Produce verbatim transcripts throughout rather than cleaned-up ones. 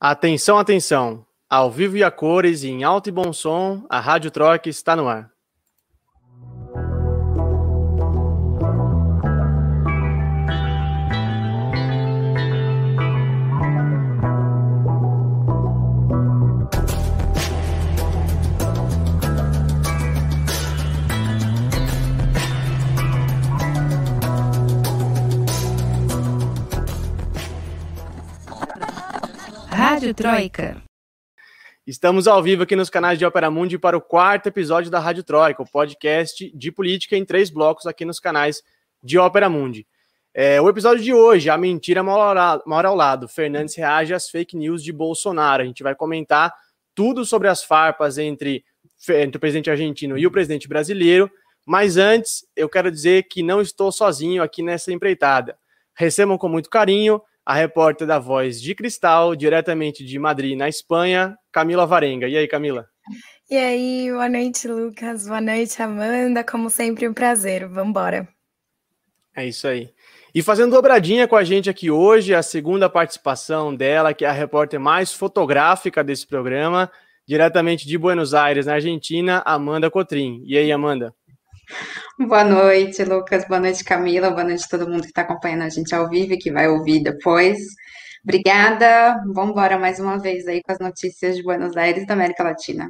Atenção, atenção! Ao vivo e a cores, em alto e bom som, a Rádio Troika está no ar. Rádio Troika. Estamos ao vivo aqui nos canais de Ópera Mundi para o quarto episódio da Rádio Troika, o podcast de política em três blocos aqui nos canais de Ópera Mundi. É, o episódio de hoje, a mentira mora ao lado. Fernandes reage às fake news de Bolsonaro. A gente vai comentar tudo sobre as farpas entre, entre o presidente argentino e o presidente brasileiro. Mas antes, eu quero dizer que não estou sozinho aqui nessa empreitada. Recebam com muito carinho a repórter da Voz de Cristal, diretamente de Madrid, na Espanha, Camila Varenga. E aí, Camila? E aí, boa noite, Lucas. Boa noite, Amanda. Como sempre, um prazer. Vamos embora. É isso aí. E fazendo dobradinha com a gente aqui hoje, a segunda participação dela, que é a repórter mais fotográfica desse programa, diretamente de Buenos Aires, na Argentina, Amanda Cotrim. E aí, Amanda? Boa noite, Lucas. Boa noite, Camila. Boa noite a todo mundo que está acompanhando a gente ao vivo e que vai ouvir depois. Obrigada. Vamos embora mais uma vez aí com as notícias de Buenos Aires e da América Latina.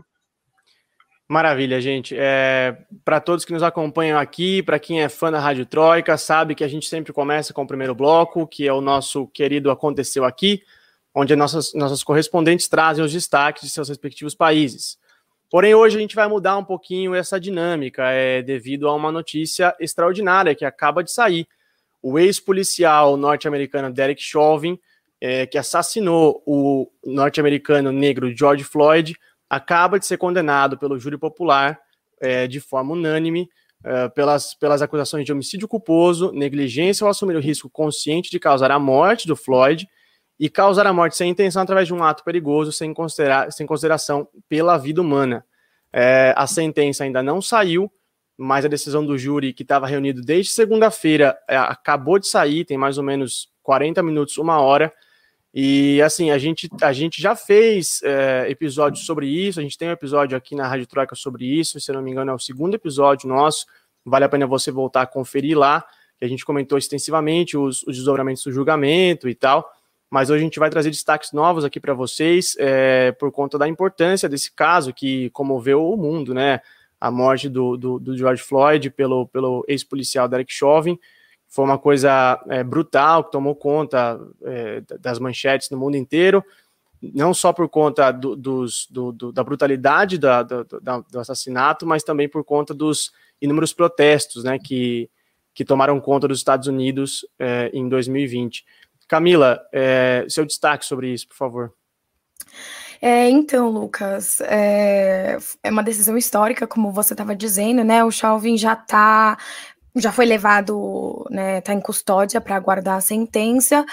Maravilha, gente. É, para todos que nos acompanham aqui, para quem é fã da Rádio Troika, sabe que a gente sempre começa com o primeiro bloco, que é o nosso querido Aconteceu Aqui, onde nossas, nossas correspondentes trazem os destaques de seus respectivos países. Porém, hoje a gente vai mudar um pouquinho essa dinâmica, é, devido a uma notícia extraordinária que acaba de sair. O ex-policial norte-americano Derek Chauvin, é, que assassinou o norte-americano negro George Floyd, acaba de ser condenado pelo júri popular é, de forma unânime é, pelas, pelas acusações de homicídio culposo, negligência ao assumir o risco consciente de causar a morte do Floyd e causar a morte sem intenção através de um ato perigoso, sem, considerar, sem consideração pela vida humana. É, a sentença ainda não saiu, mas a decisão do júri, que estava reunido desde segunda-feira, é, acabou de sair, tem mais ou menos quarenta minutos, uma hora, e assim, a gente, a gente já fez é, episódios sobre isso, a gente tem um episódio aqui na Rádio Troika sobre isso, se eu não me engano é o segundo episódio nosso, vale a pena você voltar a conferir lá, que a gente comentou extensivamente os, os desdobramentos do julgamento e tal. Mas hoje a gente vai trazer destaques novos aqui para vocês, é, por conta da importância desse caso que comoveu o mundo, né? A morte do, do, do George Floyd pelo, pelo ex-policial Derek Chauvin foi uma coisa é, brutal, que tomou conta é, das manchetes no mundo inteiro, não só por conta do, dos, do, do, da brutalidade da, do, do assassinato, mas também por conta dos inúmeros protestos, né, que, que tomaram conta dos Estados Unidos é, em dois mil e vinte. Camila, é, seu destaque sobre isso, por favor. É, então, Lucas, é, é uma decisão histórica, como você estava dizendo, né? O Chauvin já está... já foi levado, né, tá em custódia para aguardar a sentença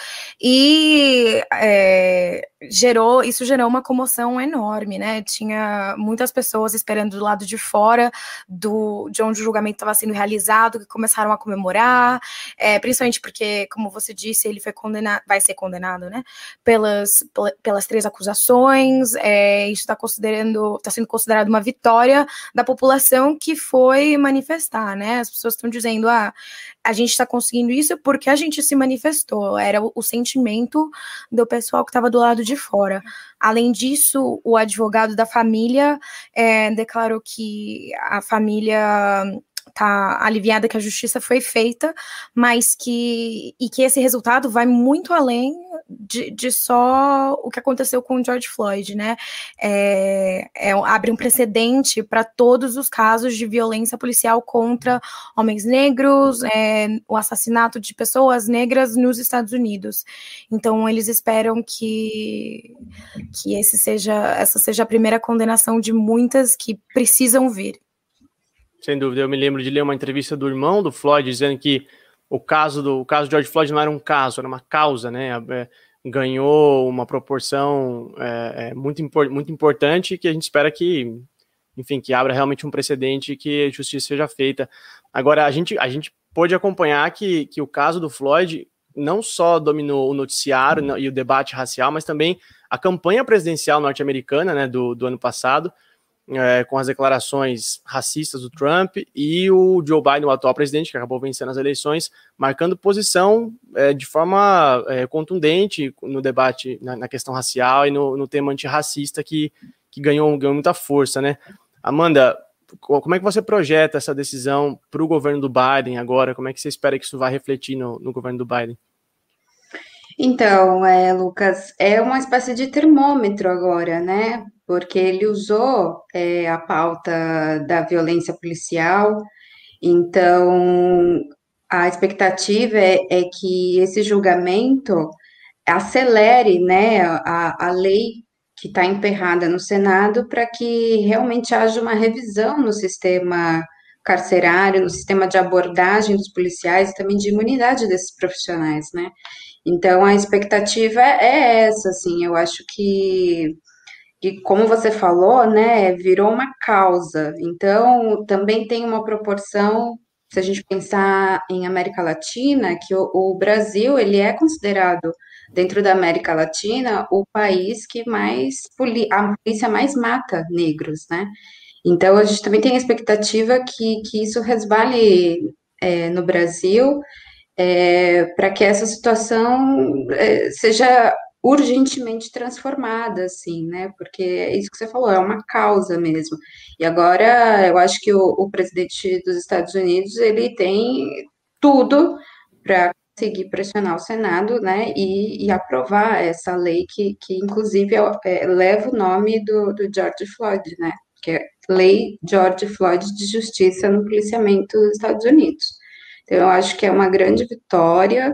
e é, gerou, isso gerou uma comoção enorme, né, tinha muitas pessoas esperando do lado de fora do, de onde o julgamento estava sendo realizado, que começaram a comemorar, é, principalmente porque, como você disse, ele foi condenado, vai ser condenado, né, pelas, pelas três acusações, é, isso está considerando, está sendo considerado uma vitória da população que foi manifestar, né, as pessoas estão dizendo dizendo, ah, a gente está conseguindo isso porque a gente se manifestou, era o, o sentimento do pessoal que estava do lado de fora. Além disso, o advogado da família é, declarou que a família está aliviada que a justiça foi feita, mas que, e que esse resultado vai muito além de, de só o que aconteceu com o George Floyd, né? É, é, abre um precedente para todos os casos de violência policial contra homens negros, é, o assassinato de pessoas negras nos Estados Unidos. Então, eles esperam que, que esse seja, essa seja a primeira condenação de muitas que precisam vir. Sem dúvida, eu me lembro de ler uma entrevista do irmão do Floyd dizendo que o caso do o caso de George Floyd não era um caso, era uma causa, né? É, ganhou uma proporção é, é, muito, impor, muito importante que a gente espera que, enfim, que abra realmente um precedente e que a justiça seja feita. Agora, a gente, a gente pôde acompanhar que, que o caso do Floyd não só dominou o noticiário e o debate racial, mas também a campanha presidencial norte-americana, né, do, do ano passado, é, com as declarações racistas do Trump, e o Joe Biden, o atual presidente, que acabou vencendo as eleições, marcando posição é, de forma é, contundente no debate, na, na questão racial e no, no tema antirracista, que, que ganhou, ganhou muita força, né? Amanda, como é que você projeta essa decisão para o governo do Biden agora? Como é que você espera que isso vai refletir no, no governo do Biden? Então, é, Lucas, é uma espécie de termômetro agora, né? Porque ele usou é, a pauta da violência policial, então a expectativa é, é que esse julgamento acelere, né, a, a lei que está emperrada no Senado para que realmente haja uma revisão no sistema carcerário, no sistema de abordagem dos policiais e também de imunidade desses profissionais, né? Então, a expectativa é essa, assim, eu acho que, que, como você falou, né, virou uma causa. Então, também tem uma proporção, se a gente pensar em América Latina, que o, o Brasil, ele é considerado, dentro da América Latina, o país que mais, a polícia mais mata negros, né? Então, a gente também tem a expectativa que, que isso resvale é, no Brasil, é, para que essa situação é, seja urgentemente transformada, assim, né? Porque é isso que você falou, é uma causa mesmo. E agora, eu acho que o, o presidente dos Estados Unidos, ele tem tudo para conseguir pressionar o Senado, né, e, e aprovar essa lei que, que inclusive, é, é, leva o nome do, do George Floyd, né? Que é Lei George Floyd de Justiça no Policiamento dos Estados Unidos. Então, eu acho que é uma grande vitória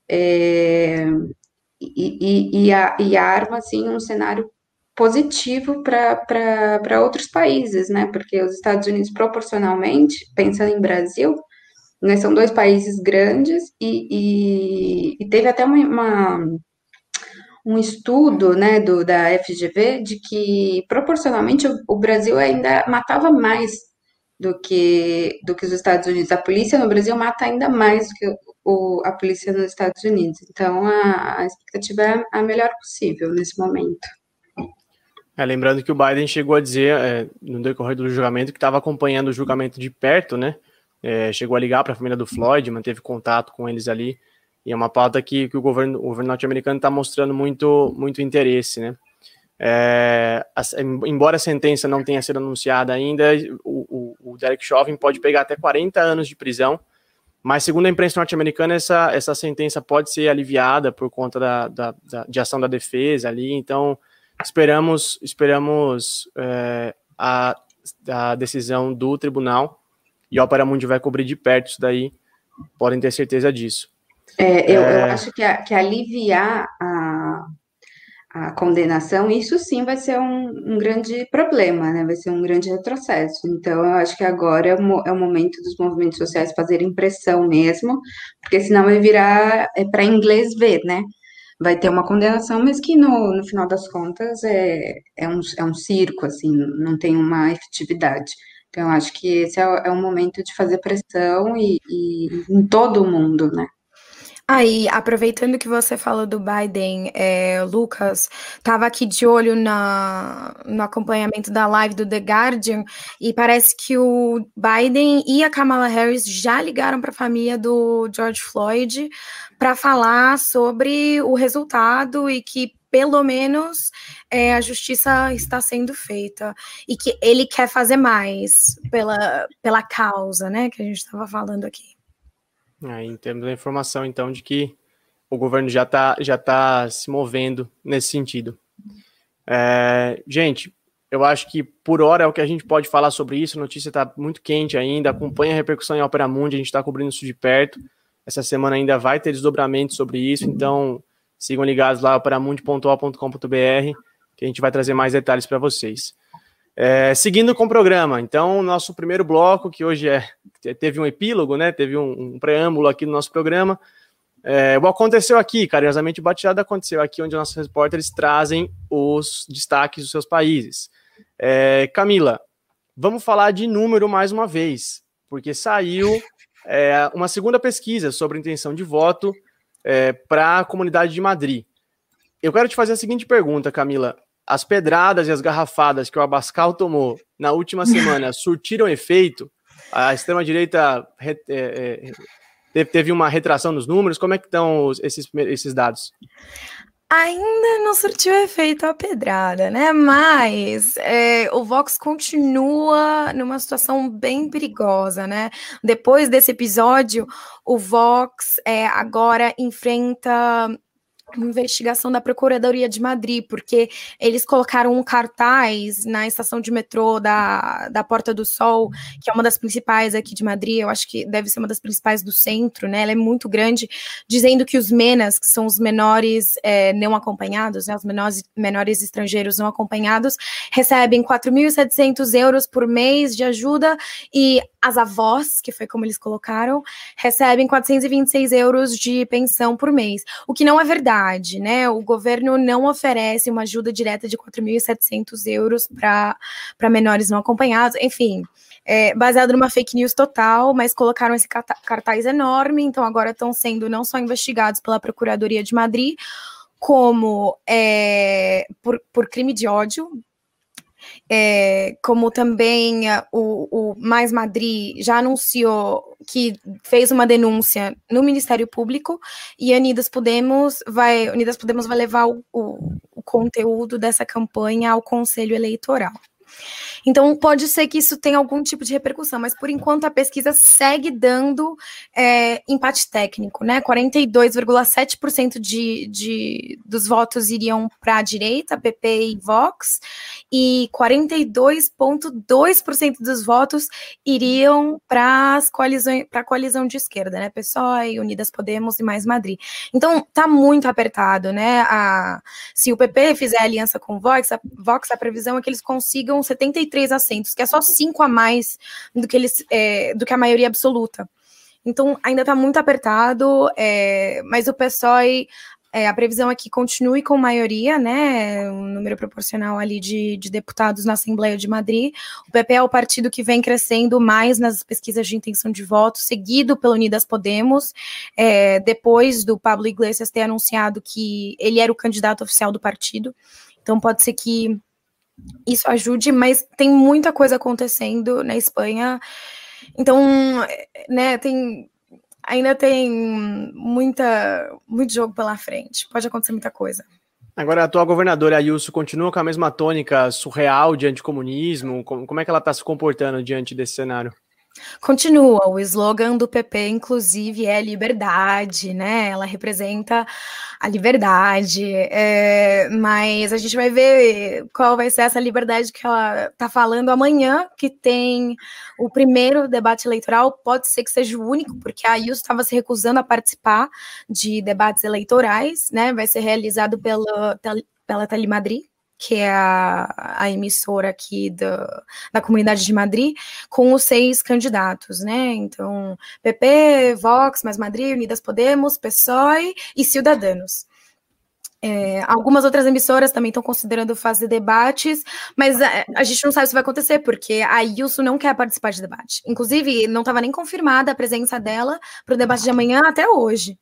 é, e, e, e, a, e arma, assim, um cenário positivo para outros países, né? Porque os Estados Unidos, proporcionalmente, pensando em Brasil, né, são dois países grandes e, e, e teve até uma, uma um estudo, né, do, da F G V de que proporcionalmente o, o Brasil ainda matava mais do que, do que os Estados Unidos. A polícia no Brasil mata ainda mais do que o, a polícia nos Estados Unidos. Então, a, a expectativa é a melhor possível nesse momento. É, lembrando que o Biden chegou a dizer, é, no decorrer do julgamento, que estava acompanhando o julgamento de perto, né? É, chegou a ligar para a família do Floyd, manteve contato com eles ali, e é uma pauta que, que o governo, o governo norte-americano está mostrando muito, muito interesse, né? É, a, embora a sentença não tenha sido anunciada ainda, o, o, o Derek Chauvin pode pegar até quarenta anos de prisão, mas segundo a imprensa norte-americana, essa, essa sentença pode ser aliviada por conta da, da, da, de ação da defesa ali, então esperamos, esperamos é, a, a decisão do tribunal, e a Opera Mundi vai cobrir de perto isso daí, podem ter certeza disso. É, eu, é... eu acho que, a, que aliviar a, a condenação, isso sim vai ser um, um grande problema, né? Vai ser um grande retrocesso. Então, eu acho que agora é o, é o momento dos movimentos sociais fazerem pressão mesmo, porque senão vai virar é, para inglês ver, né? Vai ter uma condenação, mas que no, no final das contas é, é, um, é um circo, assim, não tem uma efetividade. Então, eu acho que esse é, é o momento de fazer pressão e, e em todo o mundo, né? Aí, ah, aproveitando que você falou do Biden, é, Lucas, estava aqui de olho na, no acompanhamento da live do The Guardian e parece que o Biden e a Kamala Harris já ligaram para a família do George Floyd para falar sobre o resultado e que pelo menos é, a justiça está sendo feita e que ele quer fazer mais pela, pela causa, né, que a gente estava falando aqui. Aí temos a informação, então, de que o governo já está já tá se movendo nesse sentido. É, gente, eu acho que por hora é o que a gente pode falar sobre isso. A notícia está muito quente ainda, acompanha a repercussão em Opera Mundi, a gente está cobrindo isso de perto. Essa semana ainda vai ter desdobramento sobre isso, então sigam ligados lá, operamundi ponto o ponto com ponto b r, que a gente vai trazer mais detalhes para vocês. É, seguindo com o programa, então, nosso primeiro bloco, que hoje é, teve um epílogo, né, teve um, um preâmbulo aqui no nosso programa, é, o Aconteceu Aqui, carinhosamente batizado Aconteceu Aqui, onde nossos repórteres trazem os destaques dos seus países. É, Camila, vamos falar de número mais uma vez, porque saiu é, uma segunda pesquisa sobre intenção de voto é, para a Comunidade de Madrid. eu quero te fazer a seguinte pergunta, Camila. As pedradas e as garrafadas que o Abascal tomou na última semana surtiram efeito? A extrema-direita é, é, teve uma retração nos números? Como é que estão esses, esses dados? Ainda não surtiu efeito a pedrada, né? Mas é, o Vox continua numa situação bem perigosa, né? Depois desse episódio, o Vox é, agora enfrenta uma investigação da Procuradoria de Madrid, porque eles colocaram um cartaz na estação de metrô da, da Porta do Sol, que é uma das principais aqui de Madrid, eu acho que deve ser uma das principais do centro, né, ela é muito grande, dizendo que os menas, que são os menores é, não acompanhados, né, os menores, menores estrangeiros não acompanhados, recebem quatro mil e setecentos euros por mês de ajuda, e as avós, que foi como eles colocaram, recebem quatrocentos e vinte e seis euros de pensão por mês, o que não é verdade, né? O governo não oferece uma ajuda direta de quatro mil e setecentos euros para menores não acompanhados, enfim, é, baseado numa fake news total, mas colocaram esse cartaz enorme, então agora estão sendo não só investigados pela Procuradoria de Madrid, como é, por, por crime de ódio, É, como também uh, o, o Mais Madrid já anunciou que fez uma denúncia no Ministério Público, e a Unidas Podemos vai, Unidas Podemos vai levar o, o, o conteúdo dessa campanha ao Conselho Eleitoral. Então, pode ser que isso tenha algum tipo de repercussão, mas, por enquanto, a pesquisa segue dando é, empate técnico, né? quarenta e dois vírgula sete por cento de, de, dos votos iriam para a direita, P P e Vox, e quarenta e dois vírgula dois por cento dos votos iriam para a coalizão de esquerda, né? P SOE, Unidas Podemos e Mais Madrid. Então, tá muito apertado, né? A, se o P P fizer aliança com o Vox, a, Vox, a previsão é que eles consigam setenta e três assentos, que é só cinco a mais do que, eles, é, do que a maioria absoluta. Então, ainda está muito apertado, é, mas o P SOE, é, a previsão é que continue com maioria, né, um número proporcional ali de, de deputados na Assembleia de Madrid. O P P é o partido que vem crescendo mais nas pesquisas de intenção de voto, seguido pela Unidas Podemos, é, depois do Pablo Iglesias ter anunciado que ele era o candidato oficial do partido. Então, pode ser que isso ajude, mas tem muita coisa acontecendo na Espanha, então, né, tem, ainda tem muita, muito jogo pela frente, pode acontecer muita coisa. Agora, a atual governadora Ayuso continua com a mesma tônica surreal de anticomunismo? Como é que ela está se comportando diante desse cenário? Continua, o slogan do P P, inclusive, é liberdade, né? Ela representa a liberdade, é, mas a gente vai ver qual vai ser essa liberdade que ela tá falando amanhã, que tem o primeiro debate eleitoral, pode ser que seja o único, porque a Ayuso estava se recusando a participar de debates eleitorais, né? Vai ser realizado pela, pela Telemadrid, que é a, a emissora aqui da, da Comunidade de Madrid, com os seis candidatos, né? Então, P P, Vox, Mais Madrid, Unidas Podemos, P SOE e Ciudadanos. É, algumas outras emissoras também estão considerando fazer debates, mas a, a gente não sabe se vai acontecer, porque a Ayuso não quer participar de debate. Inclusive, não estava nem confirmada a presença dela para o debate de amanhã até hoje.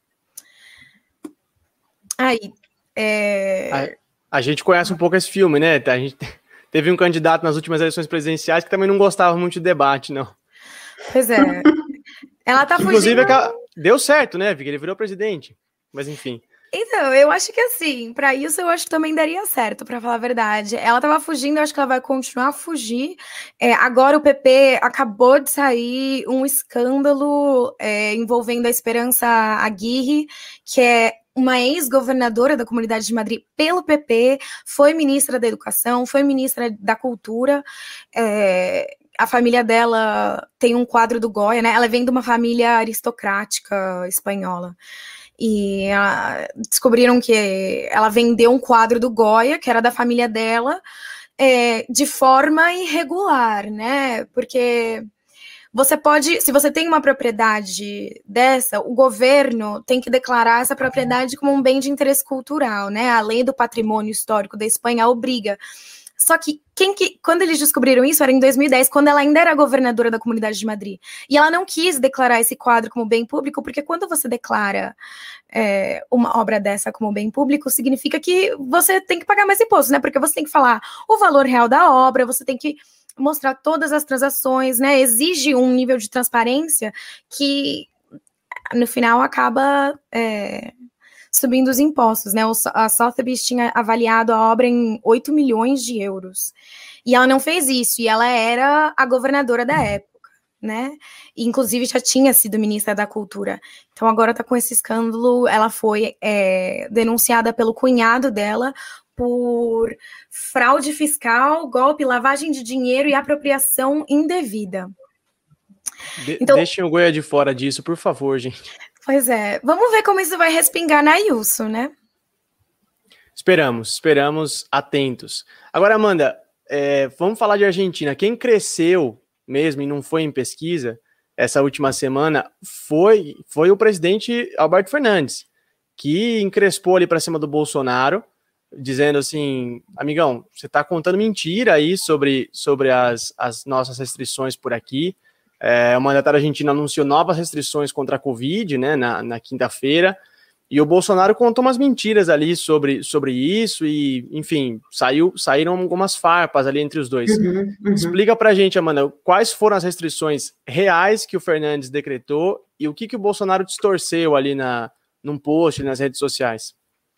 Aí, é... Aí. A gente conhece um pouco esse filme, né? A gente teve um candidato nas últimas eleições presidenciais que também não gostava muito de debate, não. Pois é. Ela tá Inclusive, fugindo... deu certo, né? Porque ele virou presidente. Mas, enfim. Então, eu acho que assim, para isso eu acho que também daria certo, para falar a verdade. Ela tava fugindo, eu acho que ela vai continuar a fugir. É, agora o P P acabou de sair um escândalo é, envolvendo a Esperança Aguirre, que é uma ex-governadora da Comunidade de Madrid pelo P P, foi ministra da Educação, foi ministra da Cultura, é, a família dela tem um quadro do Goya, né? Ela vem de uma família aristocrática espanhola. E a, descobriram que ela vendeu um quadro do Goya, que era da família dela, é, de forma irregular, né? Porque... Você pode, se você tem uma propriedade dessa, o governo tem que declarar essa propriedade como um bem de interesse cultural, né? A lei do patrimônio histórico da Espanha obriga. Só que, quem que quando eles descobriram isso, era em dois mil e dez, quando ela ainda era governadora da Comunidade de Madrid. E ela não quis declarar esse quadro como bem público, porque quando você declara é, uma obra dessa como bem público, significa que você tem que pagar mais impostos, né? Porque você tem que falar o valor real da obra, você tem que mostrar todas as transações, né? Exige um nível de transparência que, no final, acaba é, subindo os impostos, né? A Sotheby's tinha avaliado a obra em oito milhões de euros. E ela não fez isso, e ela era a governadora da época, né? E, inclusive, já tinha sido ministra da Cultura. Então, agora tá com esse escândalo. Ela foi é, denunciada pelo cunhado dela por fraude fiscal, golpe, lavagem de dinheiro e apropriação indevida. De então, deixem o Goiá de fora disso, por favor, gente. Pois é. Vamos ver como isso vai respingar na Ayuso, né? Esperamos, esperamos atentos. Agora, Amanda, é, vamos falar de Argentina. Quem cresceu mesmo e não foi em pesquisa essa última semana foi, foi o presidente Alberto Fernandes, que encrespou ali para cima do Bolsonaro, dizendo assim, amigão, você está contando mentira aí sobre, sobre as, as nossas restrições por aqui. É, o mandatário argentino anunciou novas restrições contra a Covid, né, na, na quinta-feira, e o Bolsonaro contou umas mentiras ali sobre, sobre isso, e, enfim, saiu, saíram algumas farpas ali entre os dois. Uhum, uhum. Explica pra gente, Amanda, quais foram as restrições reais que o Fernandes decretou e o que, que o Bolsonaro distorceu ali na, num post, nas redes sociais.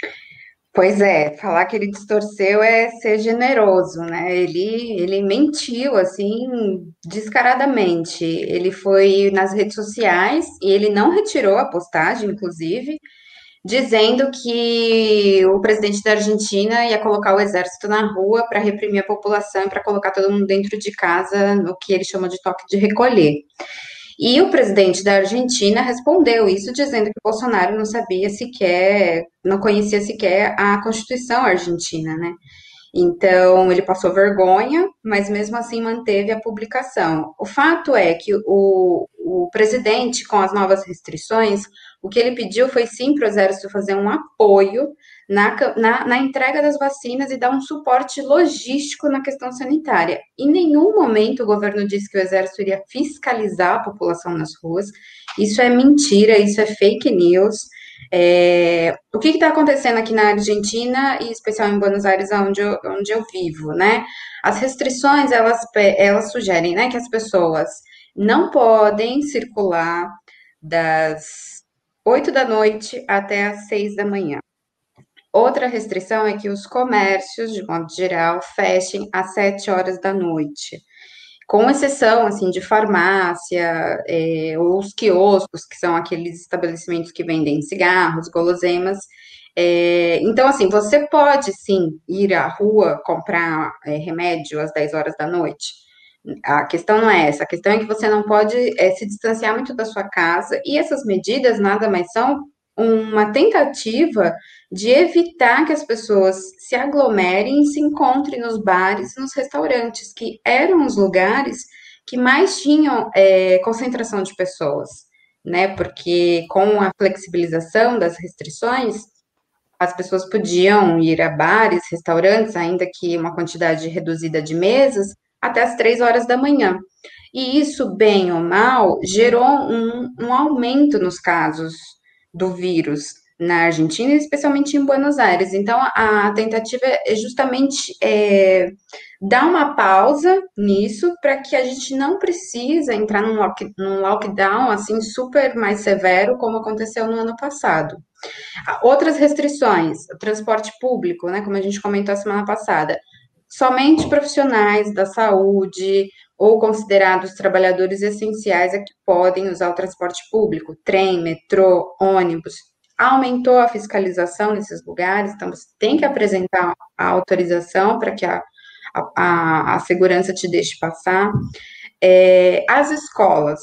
Pois é, falar que ele distorceu é ser generoso, né? Ele, ele mentiu, assim, descaradamente. Ele foi nas redes sociais e ele não retirou a postagem, inclusive, dizendo que o presidente da Argentina ia colocar o exército na rua para reprimir a população e para colocar todo mundo dentro de casa, no que ele chama de toque de recolher. E o presidente da Argentina respondeu isso dizendo que Bolsonaro não sabia sequer, não conhecia sequer a Constituição argentina, né? Então, ele passou vergonha, mas mesmo assim manteve a publicação. O fato é que o, o presidente, com as novas restrições, o que ele pediu foi sim para o Exército fazer um apoio na, na, na entrega das vacinas e dar um suporte logístico na questão sanitária. Em nenhum momento o governo disse que o Exército iria fiscalizar a população nas ruas. Isso é mentira, isso é fake news. É, o que está acontecendo aqui na Argentina, e especial em Buenos Aires, onde eu, onde eu vivo, né? As restrições, elas, elas sugerem, né, que as pessoas não podem circular das oito da noite até as seis da manhã. Outra restrição é que os comércios, de modo geral, fechem às sete horas da noite. Com exceção, assim, de farmácia, é, ou os quioscos, que são aqueles estabelecimentos que vendem cigarros, guloseimas. É, então, assim, você pode, sim, ir à rua comprar é, remédio às dez horas da noite. A questão não é essa, a questão é que você não pode é, se distanciar muito da sua casa, e essas medidas nada mais são uma tentativa de evitar que as pessoas se aglomerem e se encontrem nos bares e nos restaurantes, que eram os lugares que mais tinham é, concentração de pessoas, né? Porque com a flexibilização das restrições, as pessoas podiam ir a bares, restaurantes, ainda que uma quantidade reduzida de mesas, até as três horas da manhã. E isso, bem ou mal, gerou um, um aumento nos casos do vírus na Argentina, especialmente em Buenos Aires. Então, a, a tentativa é justamente é, dar uma pausa nisso, para que a gente não precisa entrar num, lock, num lockdown assim super mais severo, como aconteceu no ano passado. Outras restrições, o transporte público, né, como a gente comentou a semana passada, somente profissionais da saúde ou considerados trabalhadores essenciais é que podem usar o transporte público, trem, metrô, ônibus. Aumentou a fiscalização nesses lugares, então você tem que apresentar a autorização para que a, a, a segurança te deixe passar. É, as escolas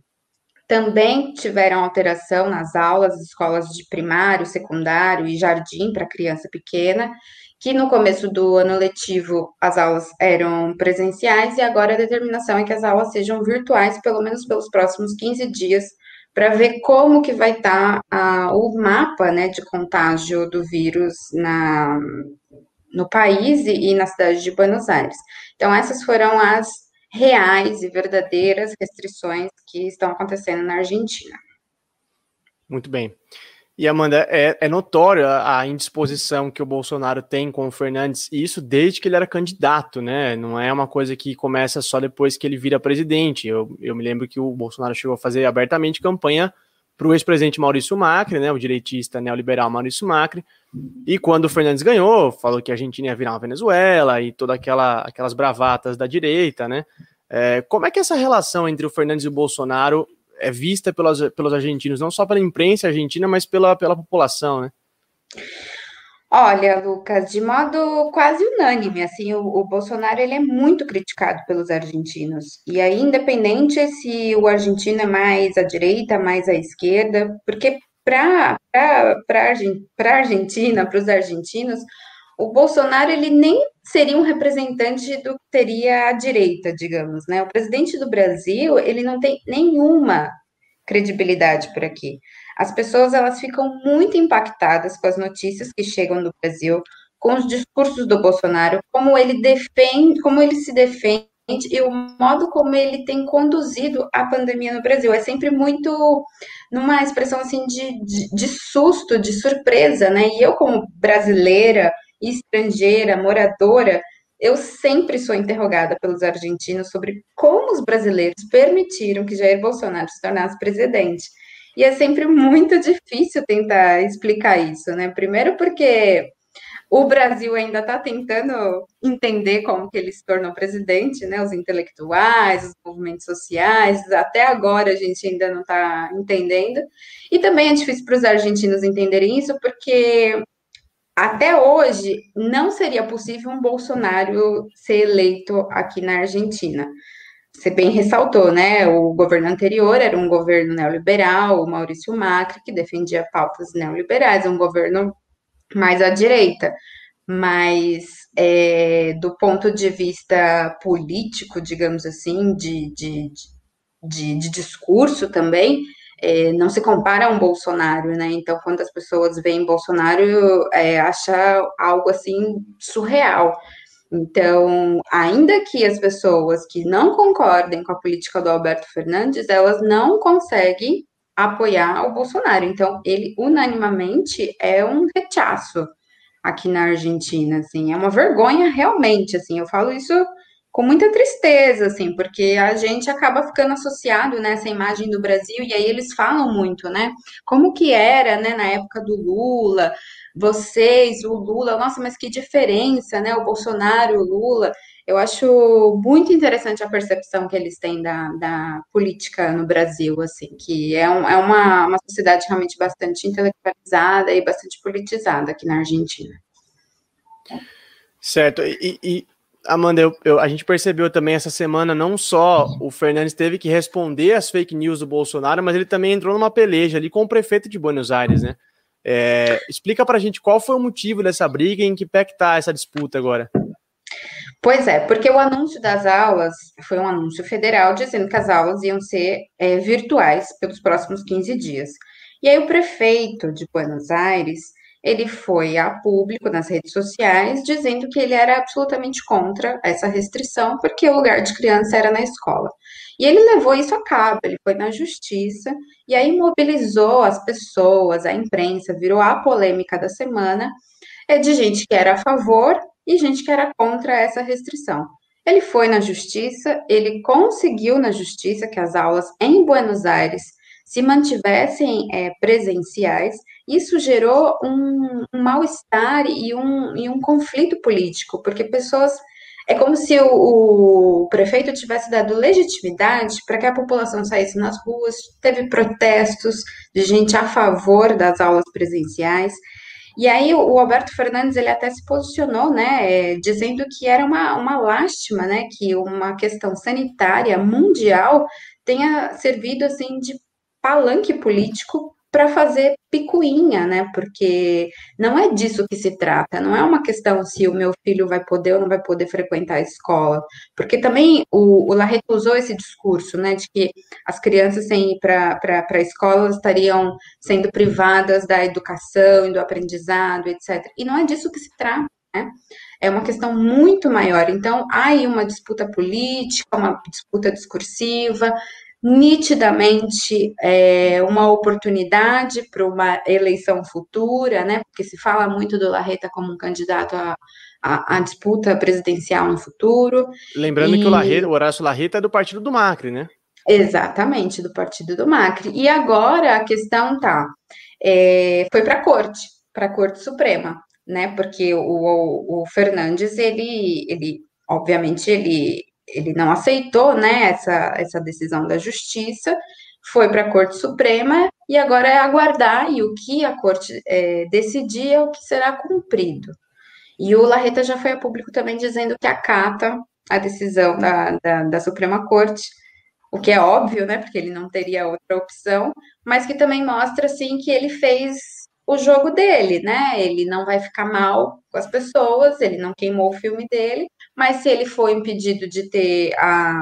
também tiveram alteração nas aulas, escolas de primário, secundário e jardim para criança pequena, que no começo do ano letivo as aulas eram presenciais e agora a determinação é que as aulas sejam virtuais, pelo menos pelos próximos quinze dias, para ver como que vai estar tá, o mapa, né, de contágio do vírus na, no país e, e na cidade de Buenos Aires. Então, essas foram as reais e verdadeiras restrições que estão acontecendo na Argentina. Muito bem. E, Amanda, é, é notório a, a indisposição que o Bolsonaro tem com o Fernandes, e isso desde que ele era candidato, né? Não é uma coisa que começa só depois que ele vira presidente. Eu, eu me lembro que o Bolsonaro chegou a fazer abertamente campanha para o ex-presidente Maurício Macri, né? O direitista neoliberal Maurício Macri. E quando o Fernandes ganhou, falou que a Argentina ia virar uma Venezuela e todas aquela, aquelas bravatas da direita, né? É, como é que essa relação entre o Fernandes e o Bolsonaro é vista pelos, pelos argentinos, não só pela imprensa argentina, mas pela, pela população, né? Olha, Lucas, de modo quase unânime, assim, o, o Bolsonaro ele é muito criticado pelos argentinos. E aí, independente se o argentino é mais à direita, mais à esquerda, porque para a Argentina, para os argentinos, o Bolsonaro ele nem seria um representante do que seria a direita, digamos, né? O presidente do Brasil, ele não tem nenhuma credibilidade por aqui. As pessoas elas ficam muito impactadas com as notícias que chegam do Brasil, com os discursos do Bolsonaro, como ele defende, como ele se defende e o modo como ele tem conduzido a pandemia no Brasil. É sempre muito numa expressão assim de, de, de susto, de surpresa, né? E eu, como brasileira, estrangeira, moradora, eu sempre sou interrogada pelos argentinos sobre como os brasileiros permitiram que Jair Bolsonaro se tornasse presidente. E é sempre muito difícil tentar explicar isso, né? Primeiro porque o Brasil ainda está tentando entender como que ele se tornou presidente, né? Os intelectuais, os movimentos sociais, até agora a gente ainda não está entendendo. E também é difícil para os argentinos entenderem isso, porque até hoje não seria possível um Bolsonaro ser eleito aqui na Argentina. Você bem ressaltou, né? O governo anterior era um governo neoliberal, o Maurício Macri, que defendia pautas neoliberais, um governo mais à direita. Mas, é, do ponto de vista político, digamos assim, de, de, de, de discurso também, é, não se compara a um Bolsonaro, né? Então, quando as pessoas veem Bolsonaro, é, acha algo assim surreal. Então, ainda que as pessoas que não concordem com a política do Alberto Fernandes, elas não conseguem apoiar o Bolsonaro. Então, ele unanimamente é um rechaço aqui na Argentina, assim, é uma vergonha realmente, assim, eu falo isso com muita tristeza, assim, porque a gente acaba ficando associado nessa imagem do Brasil, e aí eles falam muito, né, como que era, né, na época do Lula, vocês, o Lula, nossa, mas que diferença, né, o Bolsonaro, o Lula. Eu acho muito interessante a percepção que eles têm da, da política no Brasil, assim, que é, um, é uma, uma sociedade realmente bastante intelectualizada e bastante politizada aqui na Argentina. Certo, e, e Amanda, eu, eu, a gente percebeu também essa semana, não só o Fernandes teve que responder às fake news do Bolsonaro, mas ele também entrou numa peleja ali com o prefeito de Buenos Aires, né? É, explica pra gente qual foi o motivo dessa briga e em que pé que tá essa disputa agora. Pois é, porque o anúncio das aulas foi um anúncio federal dizendo que as aulas iam ser é, virtuais pelos próximos quinze dias. E aí o prefeito de Buenos Aires, ele foi a público nas redes sociais dizendo que ele era absolutamente contra essa restrição, porque o lugar de criança era na escola. E ele levou isso a cabo, ele foi na justiça, e aí mobilizou as pessoas, a imprensa, virou a polêmica da semana, é de gente que era a favor e gente que era contra essa restrição. Ele foi na justiça, ele conseguiu na justiça que as aulas em Buenos Aires se mantivessem é, presenciais. Isso gerou um, um mal-estar e um, e um conflito político, porque pessoas... É como se o, o prefeito tivesse dado legitimidade para que a população saísse nas ruas, teve protestos de gente a favor das aulas presenciais. E aí o Alberto Fernandes, ele até se posicionou, né, é, dizendo que era uma, uma lástima, né, que uma questão sanitária mundial tenha servido, assim, de palanque político para fazer picuinha, né, porque não é disso que se trata, não é uma questão se o meu filho vai poder ou não vai poder frequentar a escola, porque também o, o Larret usou esse discurso, né, de que as crianças sem ir para a escola estariam sendo privadas da educação e do aprendizado, etcétera. E não é disso que se trata. É uma questão muito maior. Então, há aí uma disputa política, uma disputa discursiva, nitidamente é, uma oportunidade para uma eleição futura, né? Porque se fala muito do Larreta como um candidato à, à, à disputa presidencial no futuro. Lembrando e... que o, Larreta, o Horácio Larreta é do partido do Macri, né? Exatamente, do partido do Macri. E agora a questão tá, é, foi para a corte, para a Corte Suprema, né? Porque o, o, o Fernandes, ele, ele, obviamente, ele ele não aceitou, né, essa, essa decisão da justiça, foi para a Corte Suprema e agora é aguardar e o que a Corte é, decidir é o que será cumprido. E o Larreta já foi a público também dizendo que acata a decisão da, da, da Suprema Corte, o que é óbvio, né, porque ele não teria outra opção, mas que também mostra, assim, que ele fez o jogo dele, né, ele não vai ficar mal com as pessoas, ele não queimou o filme dele, mas se ele for impedido de ter a,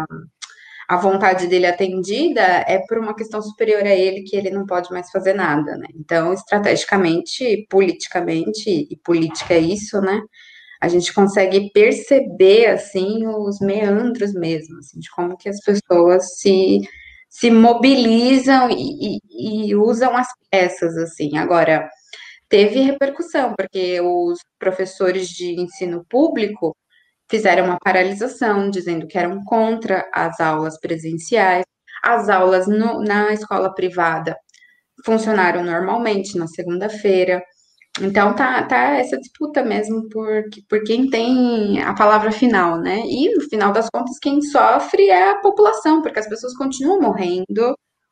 a vontade dele atendida, é por uma questão superior a ele que ele não pode mais fazer nada, né? Então, estrategicamente, politicamente, e política é isso, né? A gente consegue perceber, assim, os meandros mesmo, assim, de como que as pessoas se, se mobilizam e, e, e usam as peças, assim. Agora, teve repercussão, porque os professores de ensino público fizeram uma paralisação, dizendo que eram contra as aulas presenciais. As aulas no, na escola privada funcionaram normalmente na segunda-feira. Então tá, tá essa disputa mesmo por, por quem tem a palavra final, né? E no final das contas, quem sofre é a população, porque as pessoas continuam morrendo,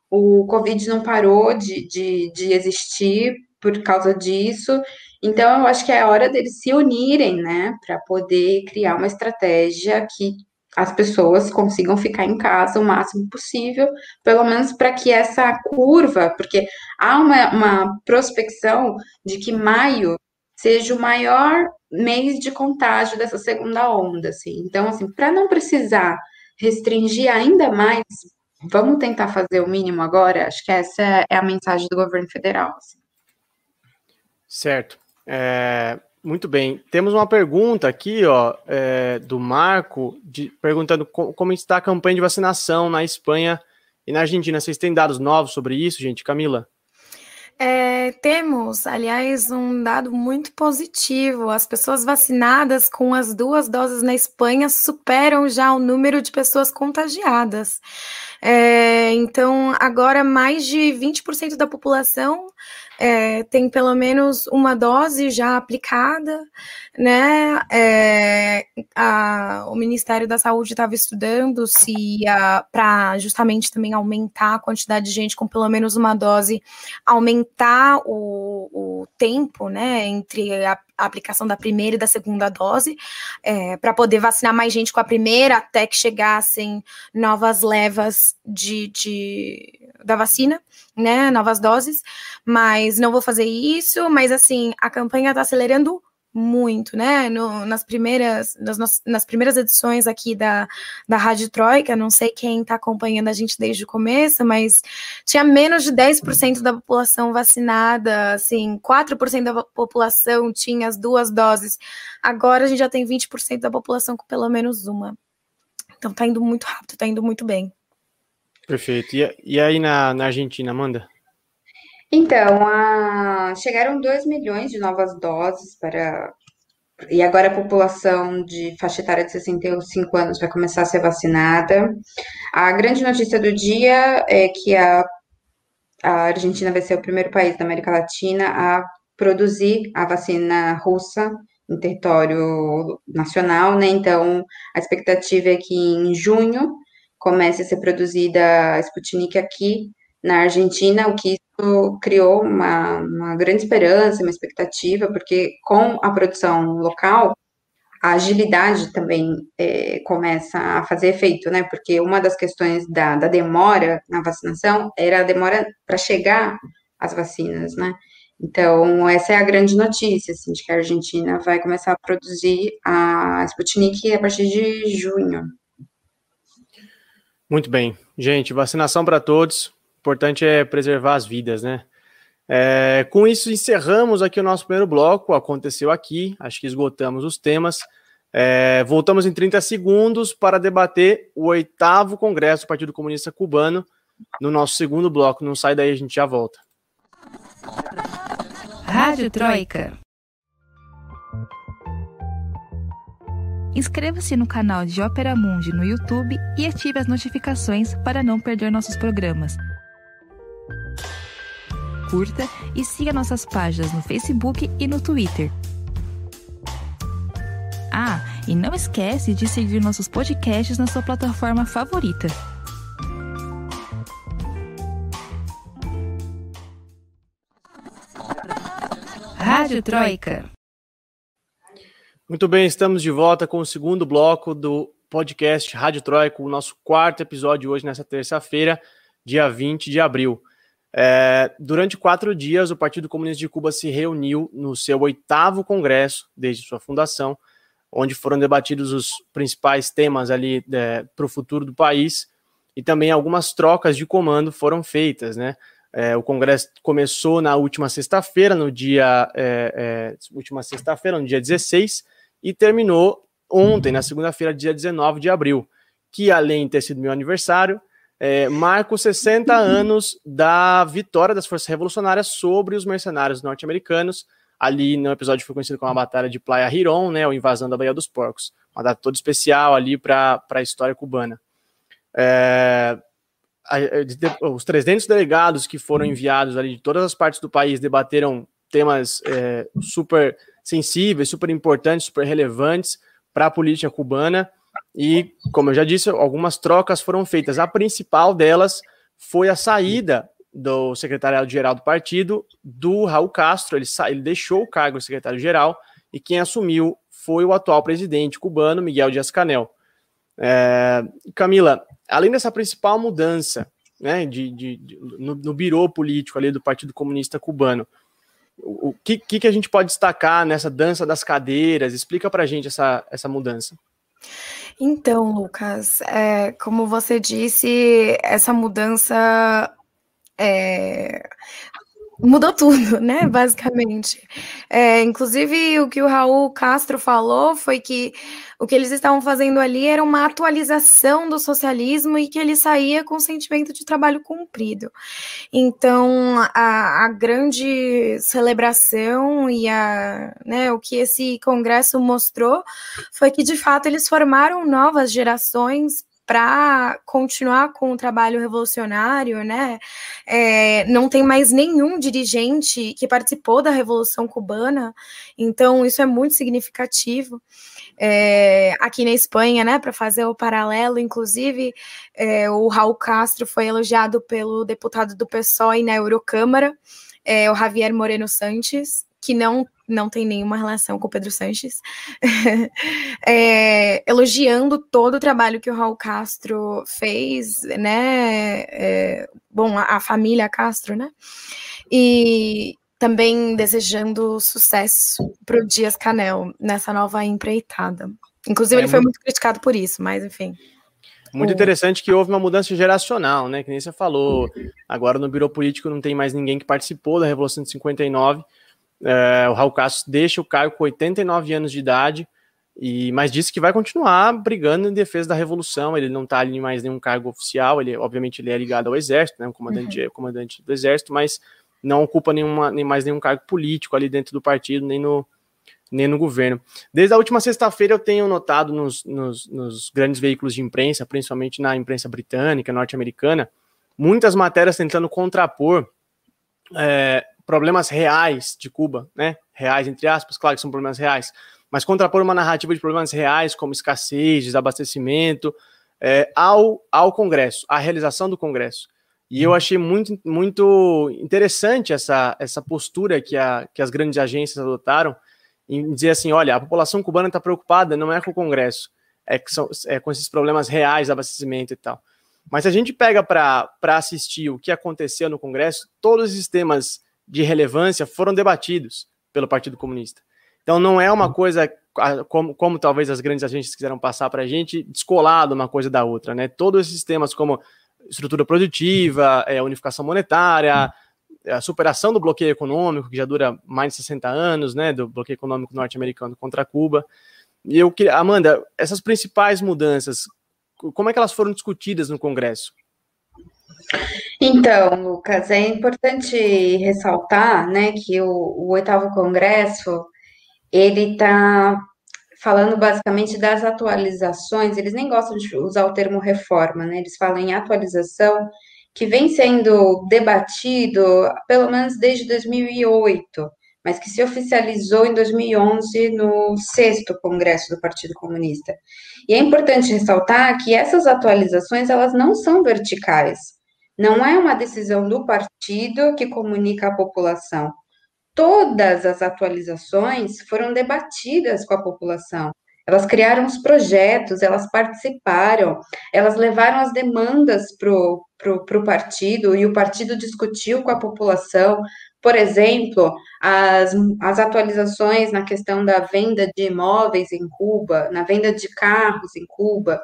o Covid não parou de, de, de existir por causa disso. Então, eu acho que é a hora deles se unirem, né, para poder criar uma estratégia que as pessoas consigam ficar em casa o máximo possível, pelo menos para que essa curva, porque há uma, uma prospecção de que maio seja o maior mês de contágio dessa segunda onda, assim. Então, assim, para não precisar restringir ainda mais, vamos tentar fazer o mínimo agora? Acho que essa é a mensagem do governo federal, assim. Certo. É, muito bem. Temos uma pergunta aqui, ó, é, do Marco, de, perguntando co como está a campanha de vacinação na Espanha e na Argentina. Vocês têm dados novos sobre isso, gente? Camila? É, temos, aliás, um dado muito positivo. As pessoas vacinadas com as duas doses na Espanha superam já o número de pessoas contagiadas. É, então, agora mais de vinte por cento da população é, tem pelo menos uma dose já aplicada, né? É, a, o Ministério da Saúde estava estudando se para justamente também aumentar a quantidade de gente com pelo menos uma dose, aumentar o, o tempo, né, entre a, a aplicação da primeira e da segunda dose, é, para poder vacinar mais gente com a primeira, até que chegassem novas levas de, de, da vacina, né, novas doses, mas não vou fazer isso, mas assim, a campanha está acelerando muito, né, no, nas primeiras nas, nas primeiras edições aqui da, da Rádio Troika, não sei quem está acompanhando a gente desde o começo, mas tinha menos de dez por cento da população vacinada, assim, quatro por cento da população tinha as duas doses, agora a gente já tem vinte por cento da população com pelo menos uma, então tá indo muito rápido, tá indo muito bem. Perfeito, e, e aí na, na Argentina, Amanda? Então, a... chegaram dois milhões de novas doses para. E agora a população de faixa etária de sessenta e cinco anos vai começar a ser vacinada. A grande notícia do dia é que a, a Argentina vai ser o primeiro país da América Latina a produzir a vacina russa em território nacional, né? Então, a expectativa é que em junho comece a ser produzida a Sputnik aqui na Argentina, o que isso criou uma, uma grande esperança, uma expectativa, porque com a produção local, a agilidade também é, começa a fazer efeito, né? Porque uma das questões da, da demora na vacinação era a demora para chegar às vacinas, né? Então, essa é a grande notícia, assim, de que a Argentina vai começar a produzir a Sputnik a partir de junho. Muito bem. Gente, vacinação para todos. O importante é preservar as vidas, né? É, com isso, encerramos aqui o nosso primeiro bloco. Aconteceu aqui, acho que esgotamos os temas. É, voltamos em trinta segundos para debater o oitavo Congresso do Partido Comunista Cubano no nosso segundo bloco. Não sai daí, a gente já volta. Rádio Troika. Inscreva-se no canal de Ópera Mundi no YouTube e ative as notificações para não perder nossos programas. Curta e siga nossas páginas no Facebook e no Twitter. Ah, e não esquece de seguir nossos podcasts na sua plataforma favorita. Rádio Troika. Muito bem, estamos de volta com o segundo bloco do podcast Rádio Troika, o nosso quarto episódio hoje, nessa terça-feira, dia vinte de abril. É, durante quatro dias, o Partido Comunista de Cuba se reuniu no seu oitavo congresso, desde sua fundação, onde foram debatidos os principais temas ali é, para o futuro do país, e também algumas trocas de comando foram feitas, né? É, o congresso começou na última sexta-feira, no dia é, é, última sexta-feira, no dia dezesseis, e terminou ontem, na segunda-feira, dia dezenove de abril, que, além de ter sido meu aniversário, é, marca os sessenta anos da vitória das forças revolucionárias sobre os mercenários norte-americanos. Ali no episódio foi conhecido como a Batalha de Playa Girón, né, ou Invasão da Baía dos Porcos, uma data toda especial ali para a história cubana. É, a, a, os trezentos delegados que foram enviados ali de todas as partes do país debateram temas é, super sensíveis, super importantes, super relevantes para a política cubana, e, como eu já disse, algumas trocas foram feitas. A principal delas foi a saída do secretariado-geral do partido, do Raul Castro. Ele, sa- ele deixou o cargo de secretário-geral, e quem assumiu foi o atual presidente cubano, Miguel Díaz-Canel. É, Camila, além dessa principal mudança, né, de, de, de, no, no birô político ali do Partido Comunista Cubano, o, o que, que a gente pode destacar nessa dança das cadeiras? Explica pra gente essa, essa mudança. Então, Lucas, é, como você disse, essa mudança é, mudou tudo, né, basicamente. É, inclusive, o que o Raul Castro falou foi que o que eles estavam fazendo ali era uma atualização do socialismo e que ele saía com o sentimento de trabalho cumprido. Então, a, a grande celebração e a, né, o que esse congresso mostrou foi que, de fato, eles formaram novas gerações para continuar com o trabalho revolucionário, né? É, não tem mais nenhum dirigente que participou da Revolução Cubana, então isso é muito significativo. É, aqui na Espanha, né, para fazer o paralelo, inclusive, é, o Raul Castro foi elogiado pelo deputado do P SOE na Eurocâmara, é, o Javier Moreno Sanches, que não, não tem nenhuma relação com o Pedro Sanches, é, elogiando todo o trabalho que o Raul Castro fez, né, é, bom, a, a família Castro, né, e também desejando sucesso para o Díaz-Canel nessa nova empreitada. Inclusive, é ele foi muito... muito criticado por isso, mas enfim. Muito interessante que houve uma mudança geracional, né, que nem você falou, agora no Birô Político não tem mais ninguém que participou da Revolução de cinquenta e nove, é, o Raul Castro deixa o cargo com oitenta e nove anos de idade, e, mas disse que vai continuar brigando em defesa da Revolução. Ele não está ali em mais nenhum cargo oficial, ele, obviamente ele é ligado ao Exército, né, um comandante, uhum. comandante do Exército, mas não ocupa nenhuma, nem mais nenhum cargo político ali dentro do partido, nem no, nem no governo. Desde a última sexta-feira eu tenho notado nos, nos, nos grandes veículos de imprensa, principalmente na imprensa britânica, norte-americana, muitas matérias tentando contrapor é, problemas reais de Cuba, né? Reais, entre aspas, claro que são problemas reais, mas contrapor uma narrativa de problemas reais, como escassez, desabastecimento, é, ao, ao Congresso, à realização do Congresso. E eu achei muito, muito interessante essa, essa postura que, a, que as grandes agências adotaram, em dizer assim, olha, a população cubana está preocupada, não é com o Congresso, é, que são, é com esses problemas reais de abastecimento e tal. Mas se a gente pega para assistir o que aconteceu no Congresso, todos esses temas de relevância foram debatidos pelo Partido Comunista. Então não é uma coisa, como, como talvez as grandes agências quiseram passar para a gente, descolado uma coisa da outra, né? Todos esses temas como estrutura produtiva, é, unificação monetária, a superação do bloqueio econômico, que já dura mais de sessenta anos, né, do bloqueio econômico norte-americano contra Cuba. E eu queria, Amanda, essas principais mudanças, como é que elas foram discutidas no Congresso? Então, Lucas, é importante ressaltar, né, que o, o oitavo Congresso, ele está falando basicamente das atualizações, eles nem gostam de usar o termo reforma, né, eles falam em atualização, que vem sendo debatido pelo menos desde dois mil e oito, mas que se oficializou em dois mil e onze no sexto Congresso do Partido Comunista. E é importante ressaltar que essas atualizações, elas não são verticais, não é uma decisão do partido que comunica à população. Todas as atualizações foram debatidas com a população. Elas criaram os projetos, elas participaram, elas levaram as demandas para o pro, pro partido e o partido discutiu com a população. Por exemplo, as, as atualizações na questão da venda de imóveis em Cuba, na venda de carros em Cuba,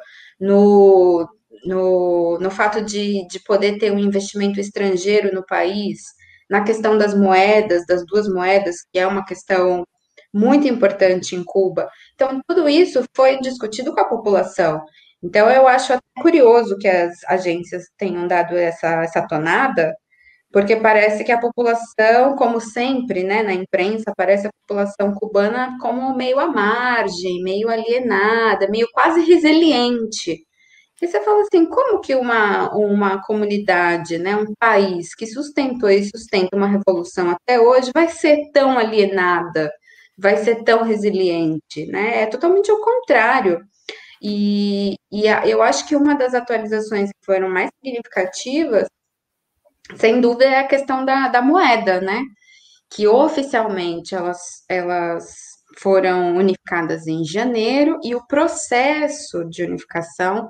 no, no, no fato de, de poder ter um investimento estrangeiro no país, na questão das moedas, das duas moedas, que é uma questão muito importante em Cuba. Então, tudo isso foi discutido com a população. Então, eu acho até curioso que as agências tenham dado essa, essa tonada, porque parece que a população, como sempre, né, na imprensa, parece a população cubana como meio à margem, meio alienada, meio quase resiliente. E você fala assim, como que uma, uma comunidade, né, um país que sustentou e sustenta uma revolução até hoje vai ser tão alienada, vai ser tão resiliente, né? É totalmente ao contrário. E, e a, eu acho que uma das atualizações que foram mais significativas, sem dúvida, é a questão da, da moeda, né? Que oficialmente elas, elas foram unificadas em janeiro e o processo de unificação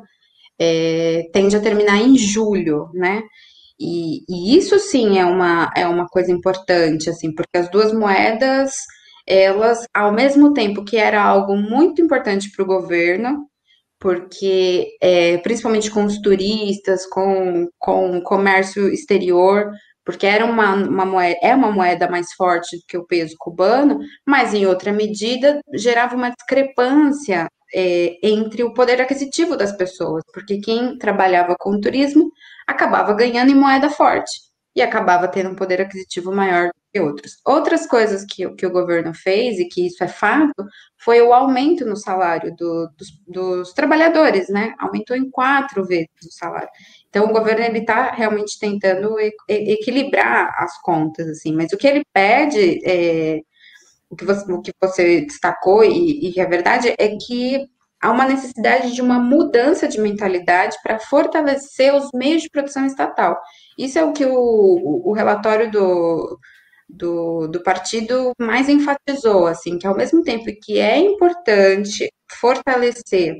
É, tende a terminar em julho, né? E, e isso sim é uma, é uma coisa importante, assim, porque as duas moedas, elas, ao mesmo tempo que era algo muito importante para o governo, porque é, principalmente com os turistas, com, com o comércio exterior, porque era uma, uma moeda, é uma moeda mais forte do que o peso cubano, mas em outra medida gerava uma discrepância é, entre o poder aquisitivo das pessoas, porque quem trabalhava com turismo acabava ganhando em moeda forte e acabava tendo um poder aquisitivo maior do que outros. Outras coisas que, que o governo fez, e que isso é fato, foi o aumento no salário do, dos, dos trabalhadores, né? Aumentou em quatro vezes o salário. Então, o governo ele está realmente tentando e, e, equilibrar as contas, assim, mas o que ele pede, é, o, que você, o que você destacou, e, e a verdade é que há uma necessidade de uma mudança de mentalidade para fortalecer os meios de produção estatal. Isso é o que o, o relatório do, do, do partido mais enfatizou, assim, que ao mesmo tempo que é importante fortalecer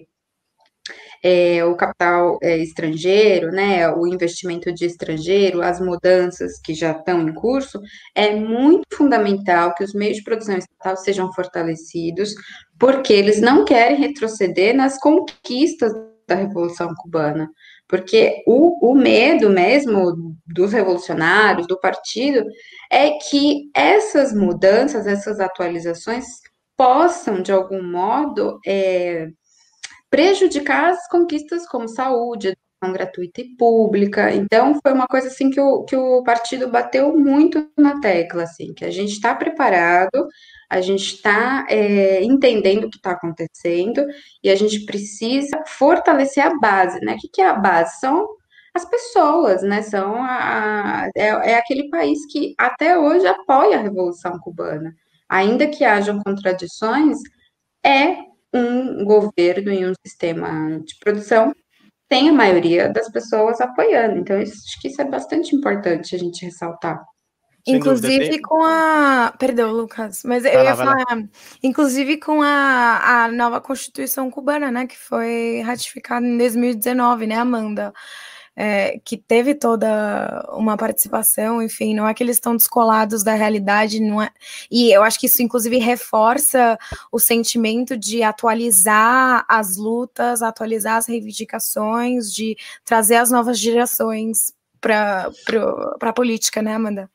É, o capital é, estrangeiro, né, o investimento de estrangeiro, as mudanças que já estão em curso, é muito fundamental que os meios de produção estatal sejam fortalecidos, porque eles não querem retroceder nas conquistas da Revolução Cubana, porque o, o medo mesmo dos revolucionários, do partido, é que essas mudanças, essas atualizações possam, de algum modo, é, prejudicar as conquistas como saúde, educação gratuita e pública. Então, foi uma coisa assim que o, que o partido bateu muito na tecla, assim, que a gente está preparado, a gente está é, entendendo o que está acontecendo e a gente precisa fortalecer a base, né? O que, que é a base? São as pessoas, né? São a, é, é aquele país que até hoje apoia a Revolução Cubana. Ainda que hajam contradições, é um governo e um sistema de produção tem a maioria das pessoas apoiando. Então, isso, acho que isso é bastante importante a gente ressaltar. Sem Inclusive dúvida, tem- com a. Perdão, Lucas, mas eu Vai lá, ia vai lá. falar. Inclusive com a, a nova Constituição cubana, né? Que foi ratificada em dois mil e dezenove, né, Amanda? É, que teve toda uma participação, enfim, não é que eles estão descolados da realidade, não é, e eu acho que isso inclusive reforça o sentimento de atualizar as lutas, atualizar as reivindicações, de trazer as novas gerações para a política, né, Amanda?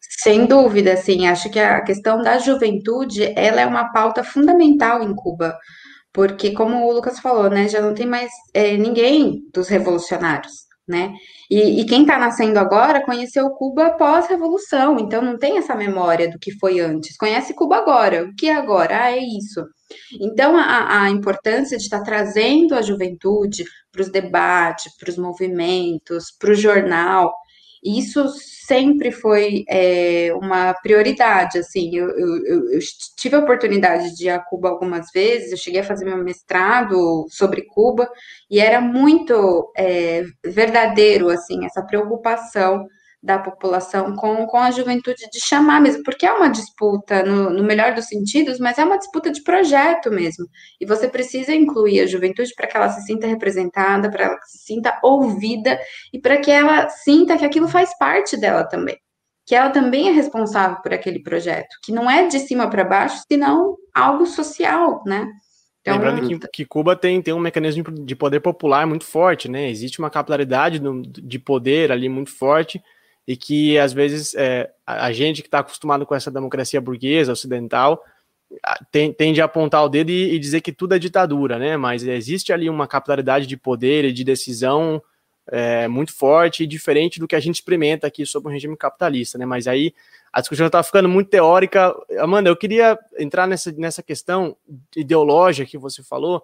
Sem dúvida, assim, acho que a questão da juventude, ela é uma pauta fundamental em Cuba, porque como o Lucas falou, né, já não tem mais é, ninguém dos revolucionários, né? E, e quem está nascendo agora conheceu Cuba pós-revolução, então não tem essa memória do que foi antes. Conhece Cuba agora. O que é agora? Ah, é isso. Então a, a importância de estar trazendo a juventude para os debates, para os movimentos, para o jornal, isso sempre foi é, uma prioridade, assim, eu, eu, eu tive a oportunidade de ir a Cuba algumas vezes, eu cheguei a fazer meu mestrado sobre Cuba, e era muito é, verdadeiro, assim, essa preocupação da população com, com a juventude de chamar mesmo, porque é uma disputa, no, no melhor dos sentidos, mas é uma disputa de projeto mesmo, e você precisa incluir a juventude para que ela se sinta representada, para ela se sinta ouvida, e para que ela sinta que aquilo faz parte dela também, que ela também é responsável por aquele projeto, que não é de cima para baixo, senão algo social, né? Então, lembrando que, que Cuba tem, tem um mecanismo de poder popular muito forte, né? Existe uma capilaridade do, de poder ali muito forte, e que, às vezes, é, a gente que está acostumado com essa democracia burguesa, ocidental, tem, tende a apontar o dedo e, e dizer que tudo é ditadura, né? Mas existe ali uma capilaridade de poder e de decisão é, muito forte e diferente do que a gente experimenta aqui sobre o regime capitalista, né? Mas aí a discussão está ficando muito teórica. Amanda, eu queria entrar nessa, nessa questão ideológica que você falou,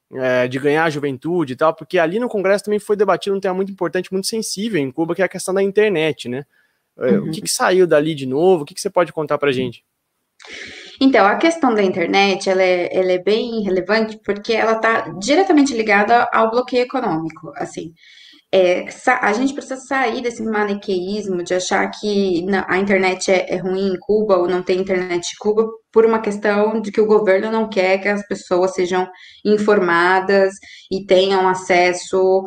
É, de ganhar a juventude e tal, porque ali no Congresso também foi debatido um tema muito importante, muito sensível em Cuba, que é a questão da internet, né? Uhum. O que, que saiu dali de novo? O que, que você pode contar pra gente? Então, a questão da internet, ela é, ela é bem relevante porque ela está diretamente ligada ao bloqueio econômico, assim. É, a gente precisa sair desse maniqueísmo de achar que a internet é, é ruim em Cuba ou não tem internet em Cuba por uma questão de que o governo não quer que as pessoas sejam informadas e tenham acesso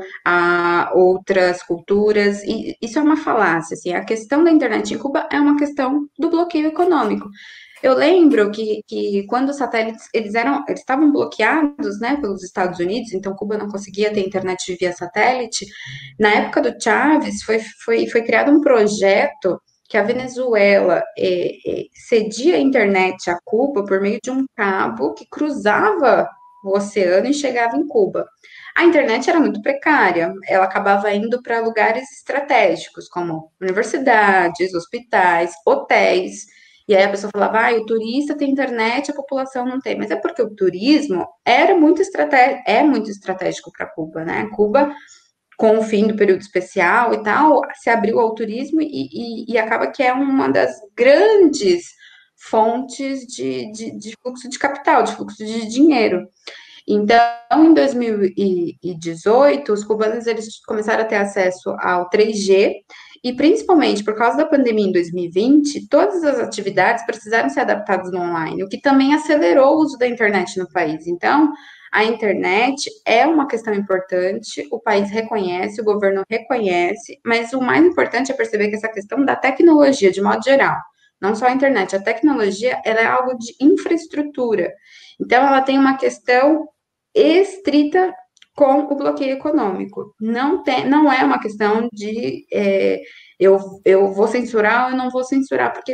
a outras culturas. E isso é uma falácia. Assim, a questão da internet em Cuba é uma questão do bloqueio econômico. Eu lembro que, que quando os satélites eles eram, eles estavam bloqueados, né, pelos Estados Unidos, então Cuba não conseguia ter internet via satélite. Na época do Chávez foi, foi, foi criado um projeto que a Venezuela é, é, cedia a internet a Cuba por meio de um cabo que cruzava o oceano e chegava em Cuba. A internet era muito precária, ela acabava indo para lugares estratégicos, como universidades, hospitais, hotéis. E aí a pessoa falava, ah, o turista tem internet, a população não tem. Mas é porque o turismo era muito estratégico, é muito estratégico para Cuba, né? Cuba, com o fim do período especial e tal, se abriu ao turismo e, e, e acaba que é uma das grandes fontes de, de, de fluxo de capital, de fluxo de dinheiro. Então, em dois mil e dezoito, os cubanos eles começaram a ter acesso ao três G, e principalmente por causa da pandemia em dois mil e vinte, todas as atividades precisaram ser adaptadas no online, o que também acelerou o uso da internet no país. Então, a internet é uma questão importante, o país reconhece, o governo reconhece, mas o mais importante é perceber que essa questão da tecnologia, de modo geral, não só a internet, a tecnologia, ela é algo de infraestrutura. Então, ela tem uma questão estrita com o bloqueio econômico. Não, tem, não é uma questão de é, eu, eu vou censurar ou eu não vou censurar, porque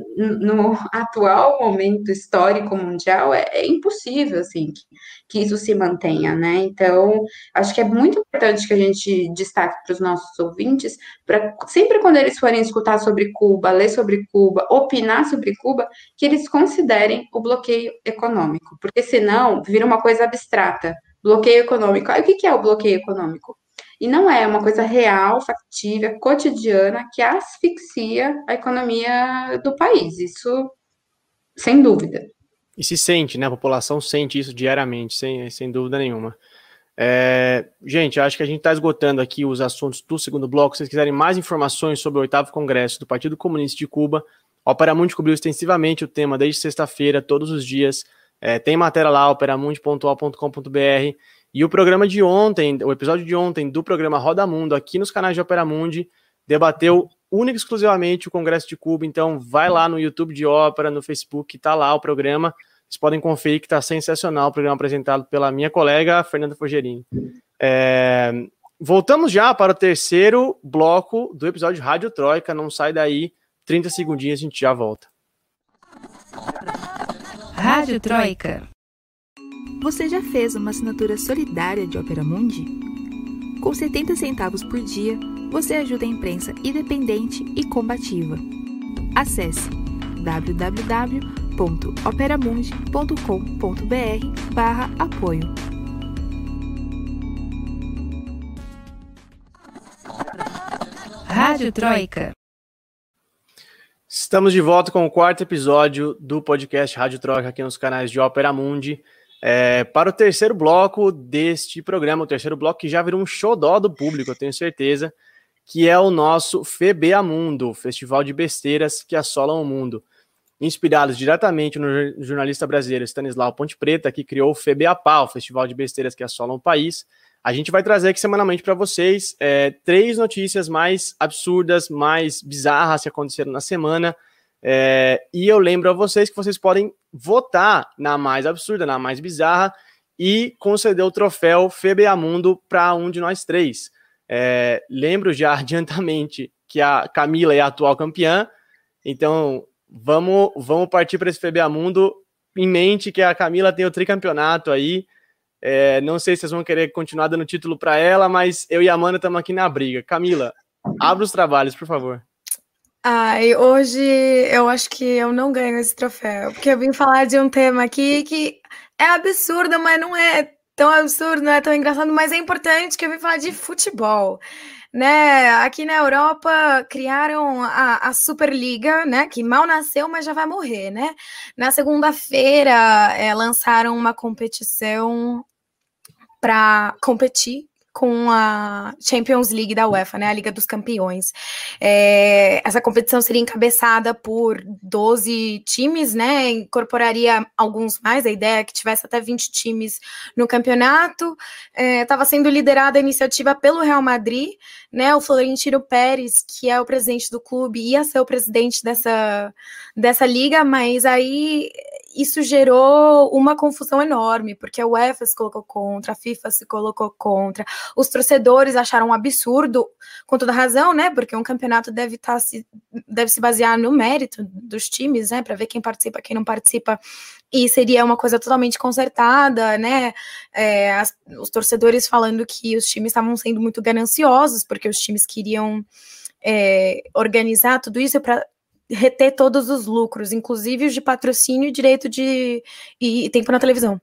no atual momento histórico mundial é, é impossível assim, que, que isso se mantenha, né? Então, acho que é muito importante que a gente destaque para os nossos ouvintes, para sempre quando eles forem escutar sobre Cuba, ler sobre Cuba, opinar sobre Cuba, que eles considerem o bloqueio econômico, porque senão vira uma coisa abstrata. Bloqueio econômico. Aí, o que é o bloqueio econômico? E não é uma coisa real, factível, cotidiana, que asfixia a economia do país. Isso, sem dúvida. E se sente, né? A população sente isso diariamente, sem, sem dúvida nenhuma. É, gente, acho que a gente está esgotando aqui os assuntos do segundo bloco. Se vocês quiserem mais informações sobre o oitavo Congresso do Partido Comunista de Cuba, a Operamundi cobriu extensivamente o tema desde sexta-feira, todos os dias. É, tem matéria lá, operamundi ponto o ponto com ponto b r, e o programa de ontem, o episódio de ontem do programa Roda Mundo, aqui nos canais de Operamundi, debateu única e exclusivamente o Congresso de Cuba. Então vai lá no YouTube de Ópera, no Facebook, tá lá o programa, vocês podem conferir que tá sensacional o programa apresentado pela minha colega Fernanda Fogerini. É, voltamos já para o terceiro bloco do episódio Rádio Troika, não sai daí, trinta segundinhos a gente já volta. Rádio Troika. Você já fez uma assinatura solidária de Opera Mundi? Com setenta centavos por dia, você ajuda a imprensa independente e combativa. Acesse w w w ponto operamundi ponto com ponto b r barra apoio. Rádio Troika. Estamos de volta com o quarto episódio do podcast Rádio Troika aqui nos canais de Opera Mundi. É, para o terceiro bloco deste programa, o terceiro bloco que já virou um xodó do público, eu tenho certeza, que é o nosso FeBeamundo, Festival de Besteiras que Assolam o Mundo. Inspirados diretamente no jornalista brasileiro Stanislau Ponte Preta, que criou o FeBeaPá, o Festival de Besteiras que Assolam o País, a gente vai trazer aqui semanalmente para vocês é, três notícias mais absurdas, mais bizarras que aconteceram na semana. É, e eu lembro a vocês que vocês podem votar na mais absurda, na mais bizarra e conceder o troféu FeBeamundo para um de nós três. É, lembro já adiantamente que a Camila é a atual campeã, então vamos, vamos partir para esse FeBeamundo em mente que a Camila tem o tricampeonato aí. É, não sei se vocês vão querer continuar dando título para ela, mas eu e a Amanda estamos aqui na briga. Camila, abra os trabalhos, por favor. Ai, hoje eu acho que eu não ganho esse troféu, porque eu vim falar de um tema aqui que é absurdo, mas não é tão absurdo, não é tão engraçado, mas é importante, que eu vim falar de futebol, né? Aqui na Europa criaram a, a Superliga, né? Que mal nasceu, mas já vai morrer, né? Na segunda-feira é, lançaram uma competição para competir com a Champions League da UEFA, né, a Liga dos Campeões. É, essa competição seria encabeçada por doze times, né, incorporaria alguns mais, a ideia é que tivesse até vinte times no campeonato. Estava é, sendo liderada a iniciativa pelo Real Madrid, né, o Florentino Pérez, que é o presidente do clube, ia ser o presidente dessa, dessa liga, mas aí isso gerou uma confusão enorme, porque a UEFA se colocou contra, a FIFA se colocou contra, os torcedores acharam um absurdo, com toda razão, né, porque um campeonato deve, tá se, deve se basear no mérito dos times, né, para ver quem participa, quem não participa, e seria uma coisa totalmente consertada, né, é, as, os torcedores falando que os times estavam sendo muito gananciosos, porque os times queriam é, organizar tudo isso para reter todos os lucros, inclusive os de patrocínio, direito de e, e tempo na televisão.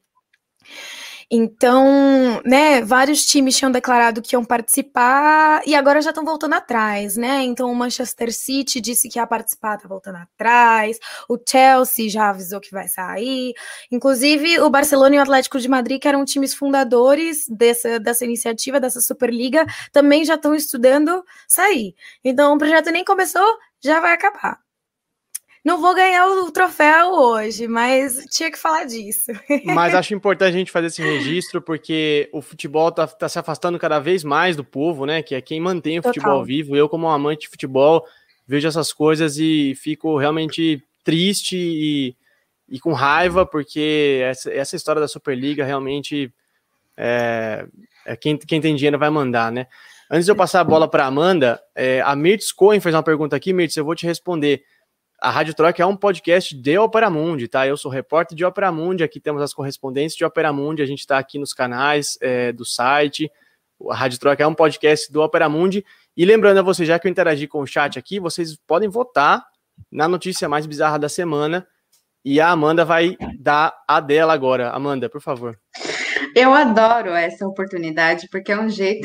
Então, né, vários times tinham declarado que iam participar e agora já estão voltando atrás, né? Então o Manchester City disse que ia participar, tá voltando atrás. O Chelsea já avisou que vai sair. Inclusive o Barcelona e o Atlético de Madrid, que eram times fundadores dessa, dessa iniciativa, dessa Superliga, também já estão estudando sair. Então o projeto nem começou, já vai acabar. Não vou ganhar o troféu hoje, mas tinha que falar disso. Mas acho importante a gente fazer esse registro, porque o futebol tá, tá se afastando cada vez mais do povo, né? Que é quem mantém o Total. futebol vivo. Eu, como um amante de futebol, vejo essas coisas e fico realmente triste e, e com raiva, porque essa, essa história da Superliga realmente é, é quem, quem tem dinheiro vai mandar, né? Antes de eu passar a bola para a Amanda, é, a Mirtz Cohen fez uma pergunta aqui. Mirtz, eu vou te responder. A Rádio Troika é um podcast de Opera Mundi, tá? Eu sou repórter de Opera Mundi, aqui temos as correspondentes de Opera Mundi, a gente está aqui nos canais é, do site. A Rádio Troika é um podcast do Opera Mundi. E lembrando a vocês, já que eu interagi com o chat aqui, vocês podem votar na notícia mais bizarra da semana e a Amanda vai dar a dela agora. Amanda, por favor. Eu adoro essa oportunidade, porque é um jeito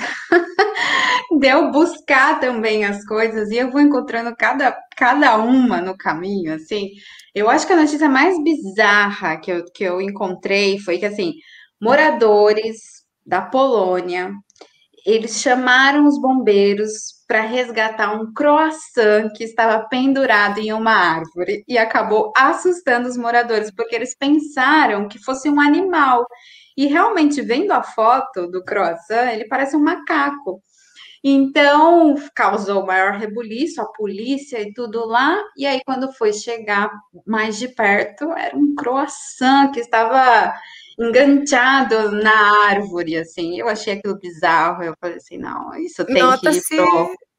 de eu buscar também as coisas e eu vou encontrando cada, cada uma no caminho, assim. Eu acho que a notícia mais bizarra que eu, que eu encontrei foi que, assim, moradores da Polônia, eles chamaram os bombeiros para resgatar um croissant que estava pendurado em uma árvore e acabou assustando os moradores, porque eles pensaram que fosse um animal. E realmente, vendo a foto do croissant, ele parece um macaco. Então, causou maior rebuliço, a polícia e tudo lá. E aí, quando foi chegar mais de perto, era um croissant que estava enganchado na árvore, assim. Eu achei aquilo bizarro. Eu falei assim, não, isso tem Nota-se, que ir pro...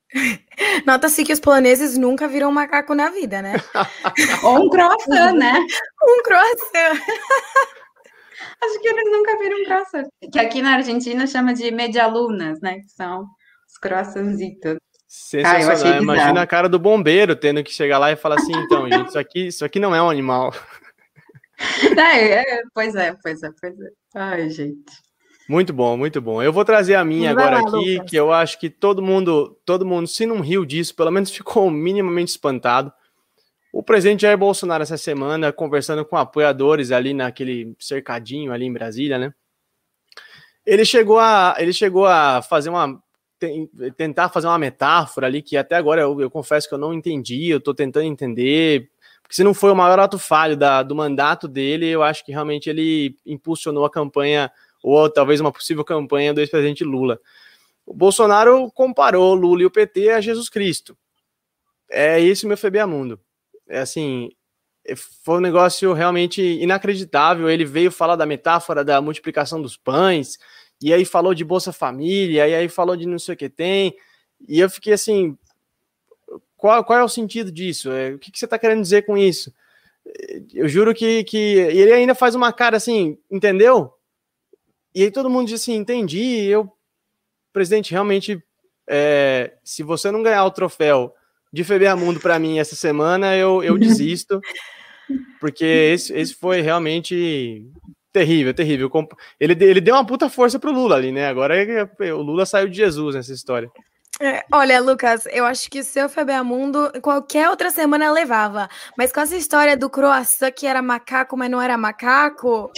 Nota-se que os poloneses nunca viram macaco na vida, né? Ou um croissant, né? Um croissant. Acho que eles nunca viram um croissant. Que aqui na Argentina chama de medialunas, né? Que são os croissantsitos. Sensacional. Ah, eu achei Imagina bizarro. a cara do bombeiro tendo que chegar lá e falar assim, então, gente, isso aqui, isso aqui não é um animal. É, é, pois é, pois é, pois é. Ai, gente. Muito bom, muito bom. Eu vou trazer a minha Vai agora lá, aqui, Lucas. que eu acho que todo mundo, todo mundo, se não riu disso, pelo menos ficou minimamente espantado. O presidente Jair Bolsonaro essa semana, conversando com apoiadores ali naquele cercadinho ali em Brasília, né? Ele chegou a, ele chegou a fazer uma, tentar fazer uma metáfora ali, que até agora eu, eu confesso que eu não entendi, eu tô tentando entender, porque se não foi o maior ato falho da, do mandato dele, eu acho que realmente ele impulsionou a campanha, ou talvez uma possível campanha do ex-presidente Lula. O Bolsonaro comparou Lula e o P T a Jesus Cristo. É esse o meu febeamundo. É assim, foi um negócio realmente inacreditável. Ele veio falar da metáfora da multiplicação dos pães, e aí falou de Bolsa Família, e aí falou de não sei o que tem, e eu fiquei assim, qual, qual é o sentido disso? É, o que, que você está querendo dizer com isso? Eu juro que, que ele ainda faz uma cara assim, entendeu? E aí todo mundo diz assim, entendi, eu, presidente, realmente, é, se você não ganhar o troféu de febeamundo para mim essa semana, eu, eu desisto, porque esse, esse foi realmente terrível, terrível. Ele, ele deu uma puta força pro Lula ali, né? Agora o Lula saiu de Jesus nessa história. É, olha, Lucas, eu acho que o seu febeamundo qualquer outra semana levava, mas com essa história do croissant que era macaco, mas não era macaco,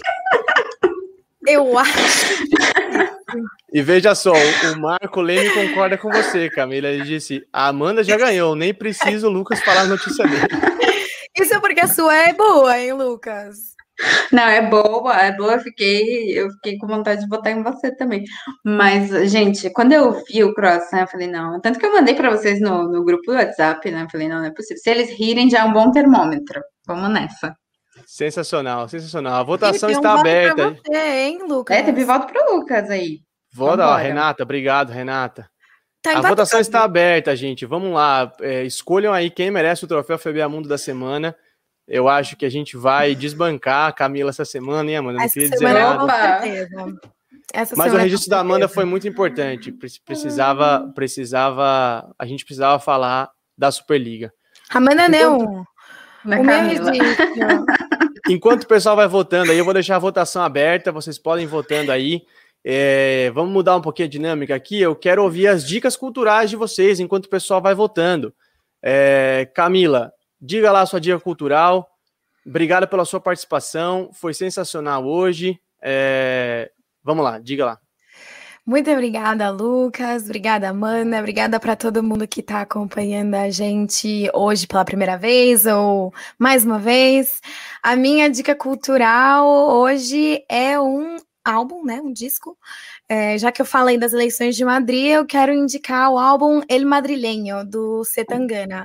eu acho. E veja só, o Marco Leme concorda com você, Camila. Ele disse: a Amanda já ganhou, nem precisa o Lucas falar a notícia dele. Isso é porque a sua é boa, hein, Lucas? Não, é boa, é boa. Eu fiquei, eu fiquei com vontade de votar em você também. Mas, gente, quando eu vi o croissant, eu falei, não. Tanto que eu mandei para vocês no, no grupo do WhatsApp, né? Eu falei, não, não é possível. Se eles rirem, já é um bom termômetro. Vamos nessa. Sensacional, sensacional. A votação Teve um está voto aberta. pra você, hein, Lucas? É, teve voto pro Lucas aí. Vota, ó, Renata, obrigado, Renata. Tá a votação está aberta, gente. Vamos lá. É, escolham aí quem merece o troféu febeamundo da semana. Eu acho que a gente vai desbancar a Camila essa semana, hein, Amanda? Não essa queria dizer nada. Essa Mas o registro da Amanda foi muito importante. Precisava, precisava, a gente precisava falar da Superliga. Amanda não. Na o Camila. meu registro. Enquanto o pessoal vai votando aí, eu vou deixar a votação aberta. Vocês podem ir votando aí. É, vamos mudar um pouquinho a dinâmica aqui. Eu quero ouvir as dicas culturais de vocês enquanto o pessoal vai votando. É, Camila, diga lá a sua dica cultural. Obrigado pela sua participação. Foi sensacional hoje. É, vamos lá, diga lá. Muito obrigada, Lucas. Obrigada, Amanda. Obrigada para todo mundo que está acompanhando a gente hoje pela primeira vez ou mais uma vez. A minha dica cultural hoje é um álbum, né, um disco. É, já que eu falei das eleições de Madrid, eu quero indicar o álbum El Madrileño, do Zetangana.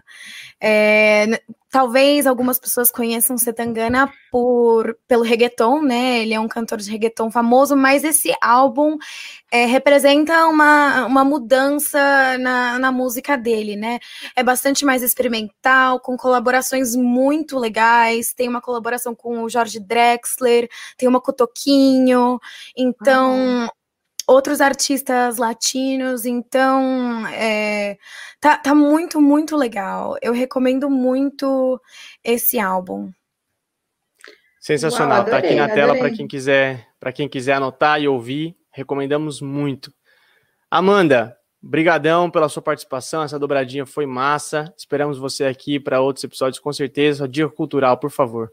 É, talvez algumas pessoas conheçam Zetangana por, pelo reggaeton, né? Ele é um cantor de reggaeton famoso, mas esse álbum é, representa uma, uma mudança na, na música dele, né? É bastante mais experimental, com colaborações muito legais. Tem uma colaboração com o Jorge Drexler, tem uma com o Toquinho, então... Uhum. Outros artistas latinos, então é, tá, tá muito, muito legal. Eu recomendo muito esse álbum. Sensacional, Uau, adorei, tá aqui na adorei. Tela para quem quiser, para quem quiser anotar e ouvir, recomendamos muito. Amanda, brigadão pela sua participação, essa dobradinha foi massa. Esperamos você aqui para outros episódios com certeza. Sua dica cultural, por favor.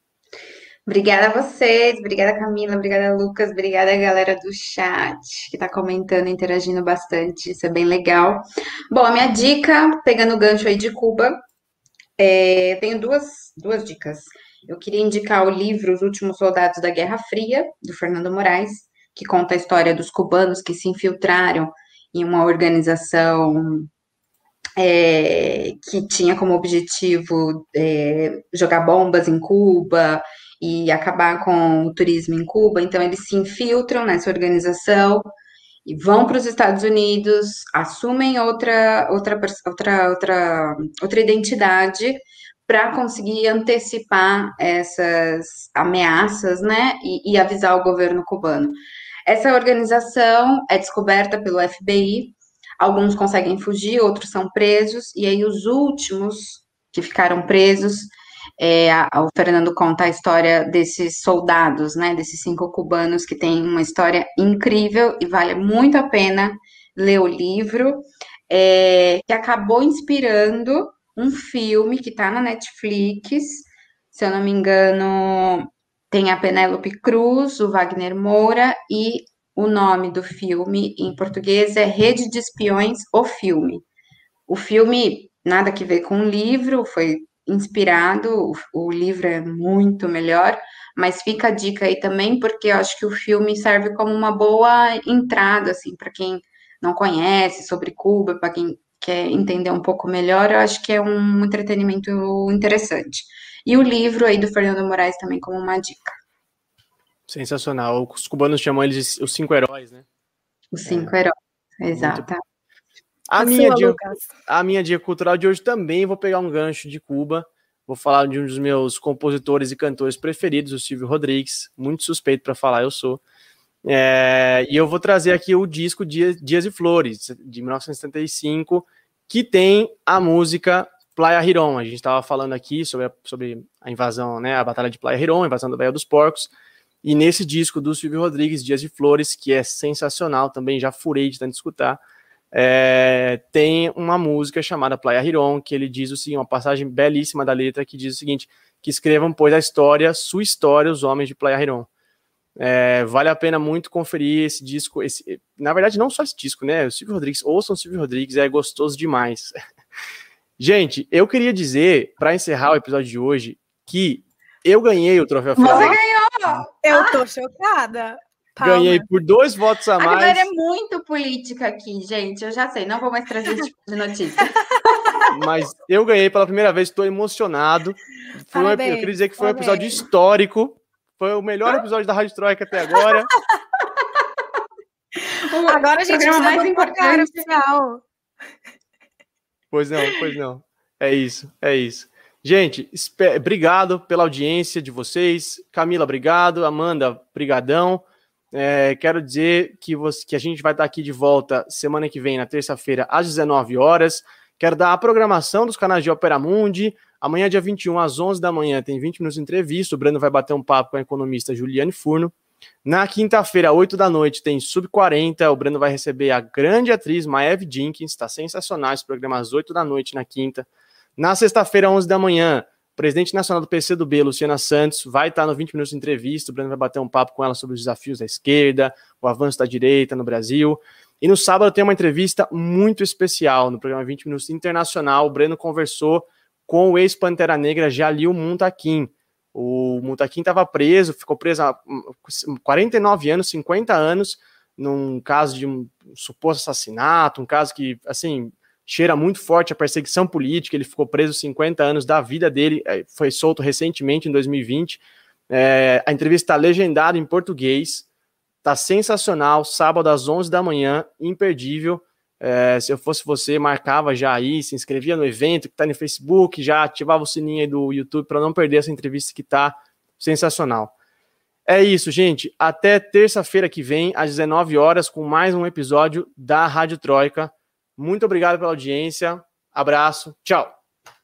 Obrigada a vocês, obrigada Camila, obrigada Lucas, obrigada galera do chat que tá comentando, interagindo bastante, isso é bem legal. Bom, a minha dica, pegando o gancho aí de Cuba, é, tenho duas, duas dicas. Eu queria indicar o livro Os Últimos Soldados da Guerra Fria, do Fernando Moraes, que conta a história dos cubanos que se infiltraram em uma organização é, que tinha como objetivo é, jogar bombas em Cuba e acabar com o turismo em Cuba. Então, eles se infiltram nessa organização e vão para os Estados Unidos, assumem outra, outra, outra, outra, outra identidade para conseguir antecipar essas ameaças, né, e, e avisar o governo cubano. Essa organização é descoberta pelo F B I, alguns conseguem fugir, outros são presos, e aí os últimos que ficaram presos, é, a, a, o Fernando conta a história desses soldados, né, desses cinco cubanos que tem uma história incrível e vale muito a pena ler o livro, é, que acabou inspirando um filme que está na Netflix, se eu não me engano, tem a Penélope Cruz, o Wagner Moura, e o nome do filme em português é Rede de Espiões, o filme. O filme, nada que ver com o livro, foi inspirado, o, o livro é muito melhor, mas fica a dica aí também, porque eu acho que o filme serve como uma boa entrada, assim, para quem não conhece sobre Cuba, para quem quer entender um pouco melhor, eu acho que é um entretenimento interessante. E o livro aí do Fernando Moraes também como uma dica. Sensacional. Os cubanos chamam eles os cinco heróis, né? Os cinco é. heróis, exato. A, a, minha dia, a minha dica cultural de hoje também vou pegar um gancho de Cuba. Vou falar de um dos meus compositores e cantores preferidos, o Silvio Rodrigues. Muito suspeito para falar, eu sou. É, e eu vou trazer aqui o disco Dias, Dias e Flores, de mil novecentos e setenta e cinco, que tem a música Playa Girón. A gente estava falando aqui sobre a, sobre a invasão, né, a Batalha de Playa Girón, a invasão da Baía dos Porcos. E nesse disco do Silvio Rodrigues, Dias de Flores, que é sensacional, também já furei de tanto escutar, é, tem uma música chamada Playa Girón, que ele diz assim, uma passagem belíssima da letra, que diz o seguinte, que escrevam, pois, a história, sua história, os homens de Playa Girón. É, vale a pena muito conferir esse disco, esse, na verdade não só esse disco, né, o Silvio Rodrigues, ouçam o Silvio Rodrigues, é gostoso demais. Gente, eu queria dizer, para encerrar o episódio de hoje, que eu ganhei o troféu Você ganhou! Eu tô chocada. Palma. Ganhei por dois votos a mais. A galera é muito política aqui, gente. Eu já sei, não vou mais trazer esse tipo de notícia. Mas eu ganhei pela primeira vez, estou emocionado. Foi um, eu queria dizer que foi Parabéns. um episódio histórico. Foi o melhor episódio da Rádio Troika até agora. Agora a gente vai mais importante. Pois não, pois não. É isso, é isso. Gente, espero, obrigado pela audiência de vocês. Camila, obrigado. Amanda, brigadão. É, quero dizer que, você, que a gente vai estar aqui de volta semana que vem, na terça-feira, às dezenove horas. Quero dar a programação dos canais de Opera Mundi. Amanhã, dia vinte e um, às onze da manhã, tem vinte minutos de entrevista. O Breno vai bater um papo com a economista Juliane Furno. Na quinta-feira, oito da noite, tem Sub quarenta. O Breno vai receber a grande atriz Maeve Jenkins. Está sensacional esse programa às oito da noite na quinta. Na sexta-feira, onze da manhã, o presidente nacional do P C do B, Luciana Santos, vai estar no vinte minutos de entrevista. O Breno vai bater um papo com ela sobre os desafios da esquerda, o avanço da direita no Brasil. E no sábado tem uma entrevista muito especial no programa vinte minutos Internacional. O Breno conversou com o ex-Pantera Negra Jalil Muntaquim. O Muntaquim estava preso, ficou preso há quarenta e nove anos, cinquenta anos, num caso de um suposto assassinato, um caso que, assim, cheira muito forte a perseguição política. Ele ficou preso cinquenta anos da vida dele, foi solto recentemente, em dois mil e vinte. É, a entrevista está legendada em português, está sensacional, sábado às onze da manhã, imperdível. É, se eu fosse você, marcava já aí, se inscrevia no evento que está no Facebook, já ativava o sininho aí do YouTube para não perder essa entrevista que está sensacional. É isso, gente. Até terça-feira que vem, às dezenove horas, com mais um episódio da Rádio Troika. Muito obrigado pela audiência. Abraço. Tchau.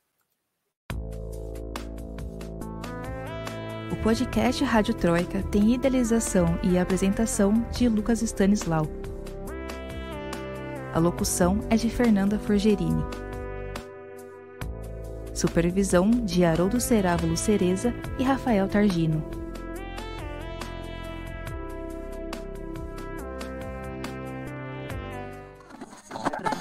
O podcast Rádio Troika tem idealização e apresentação de Lucas Stanislau. A locução é de Fernanda Forgerini. Supervisão de Haroldo Cerávulo Cereza e Rafael Targino.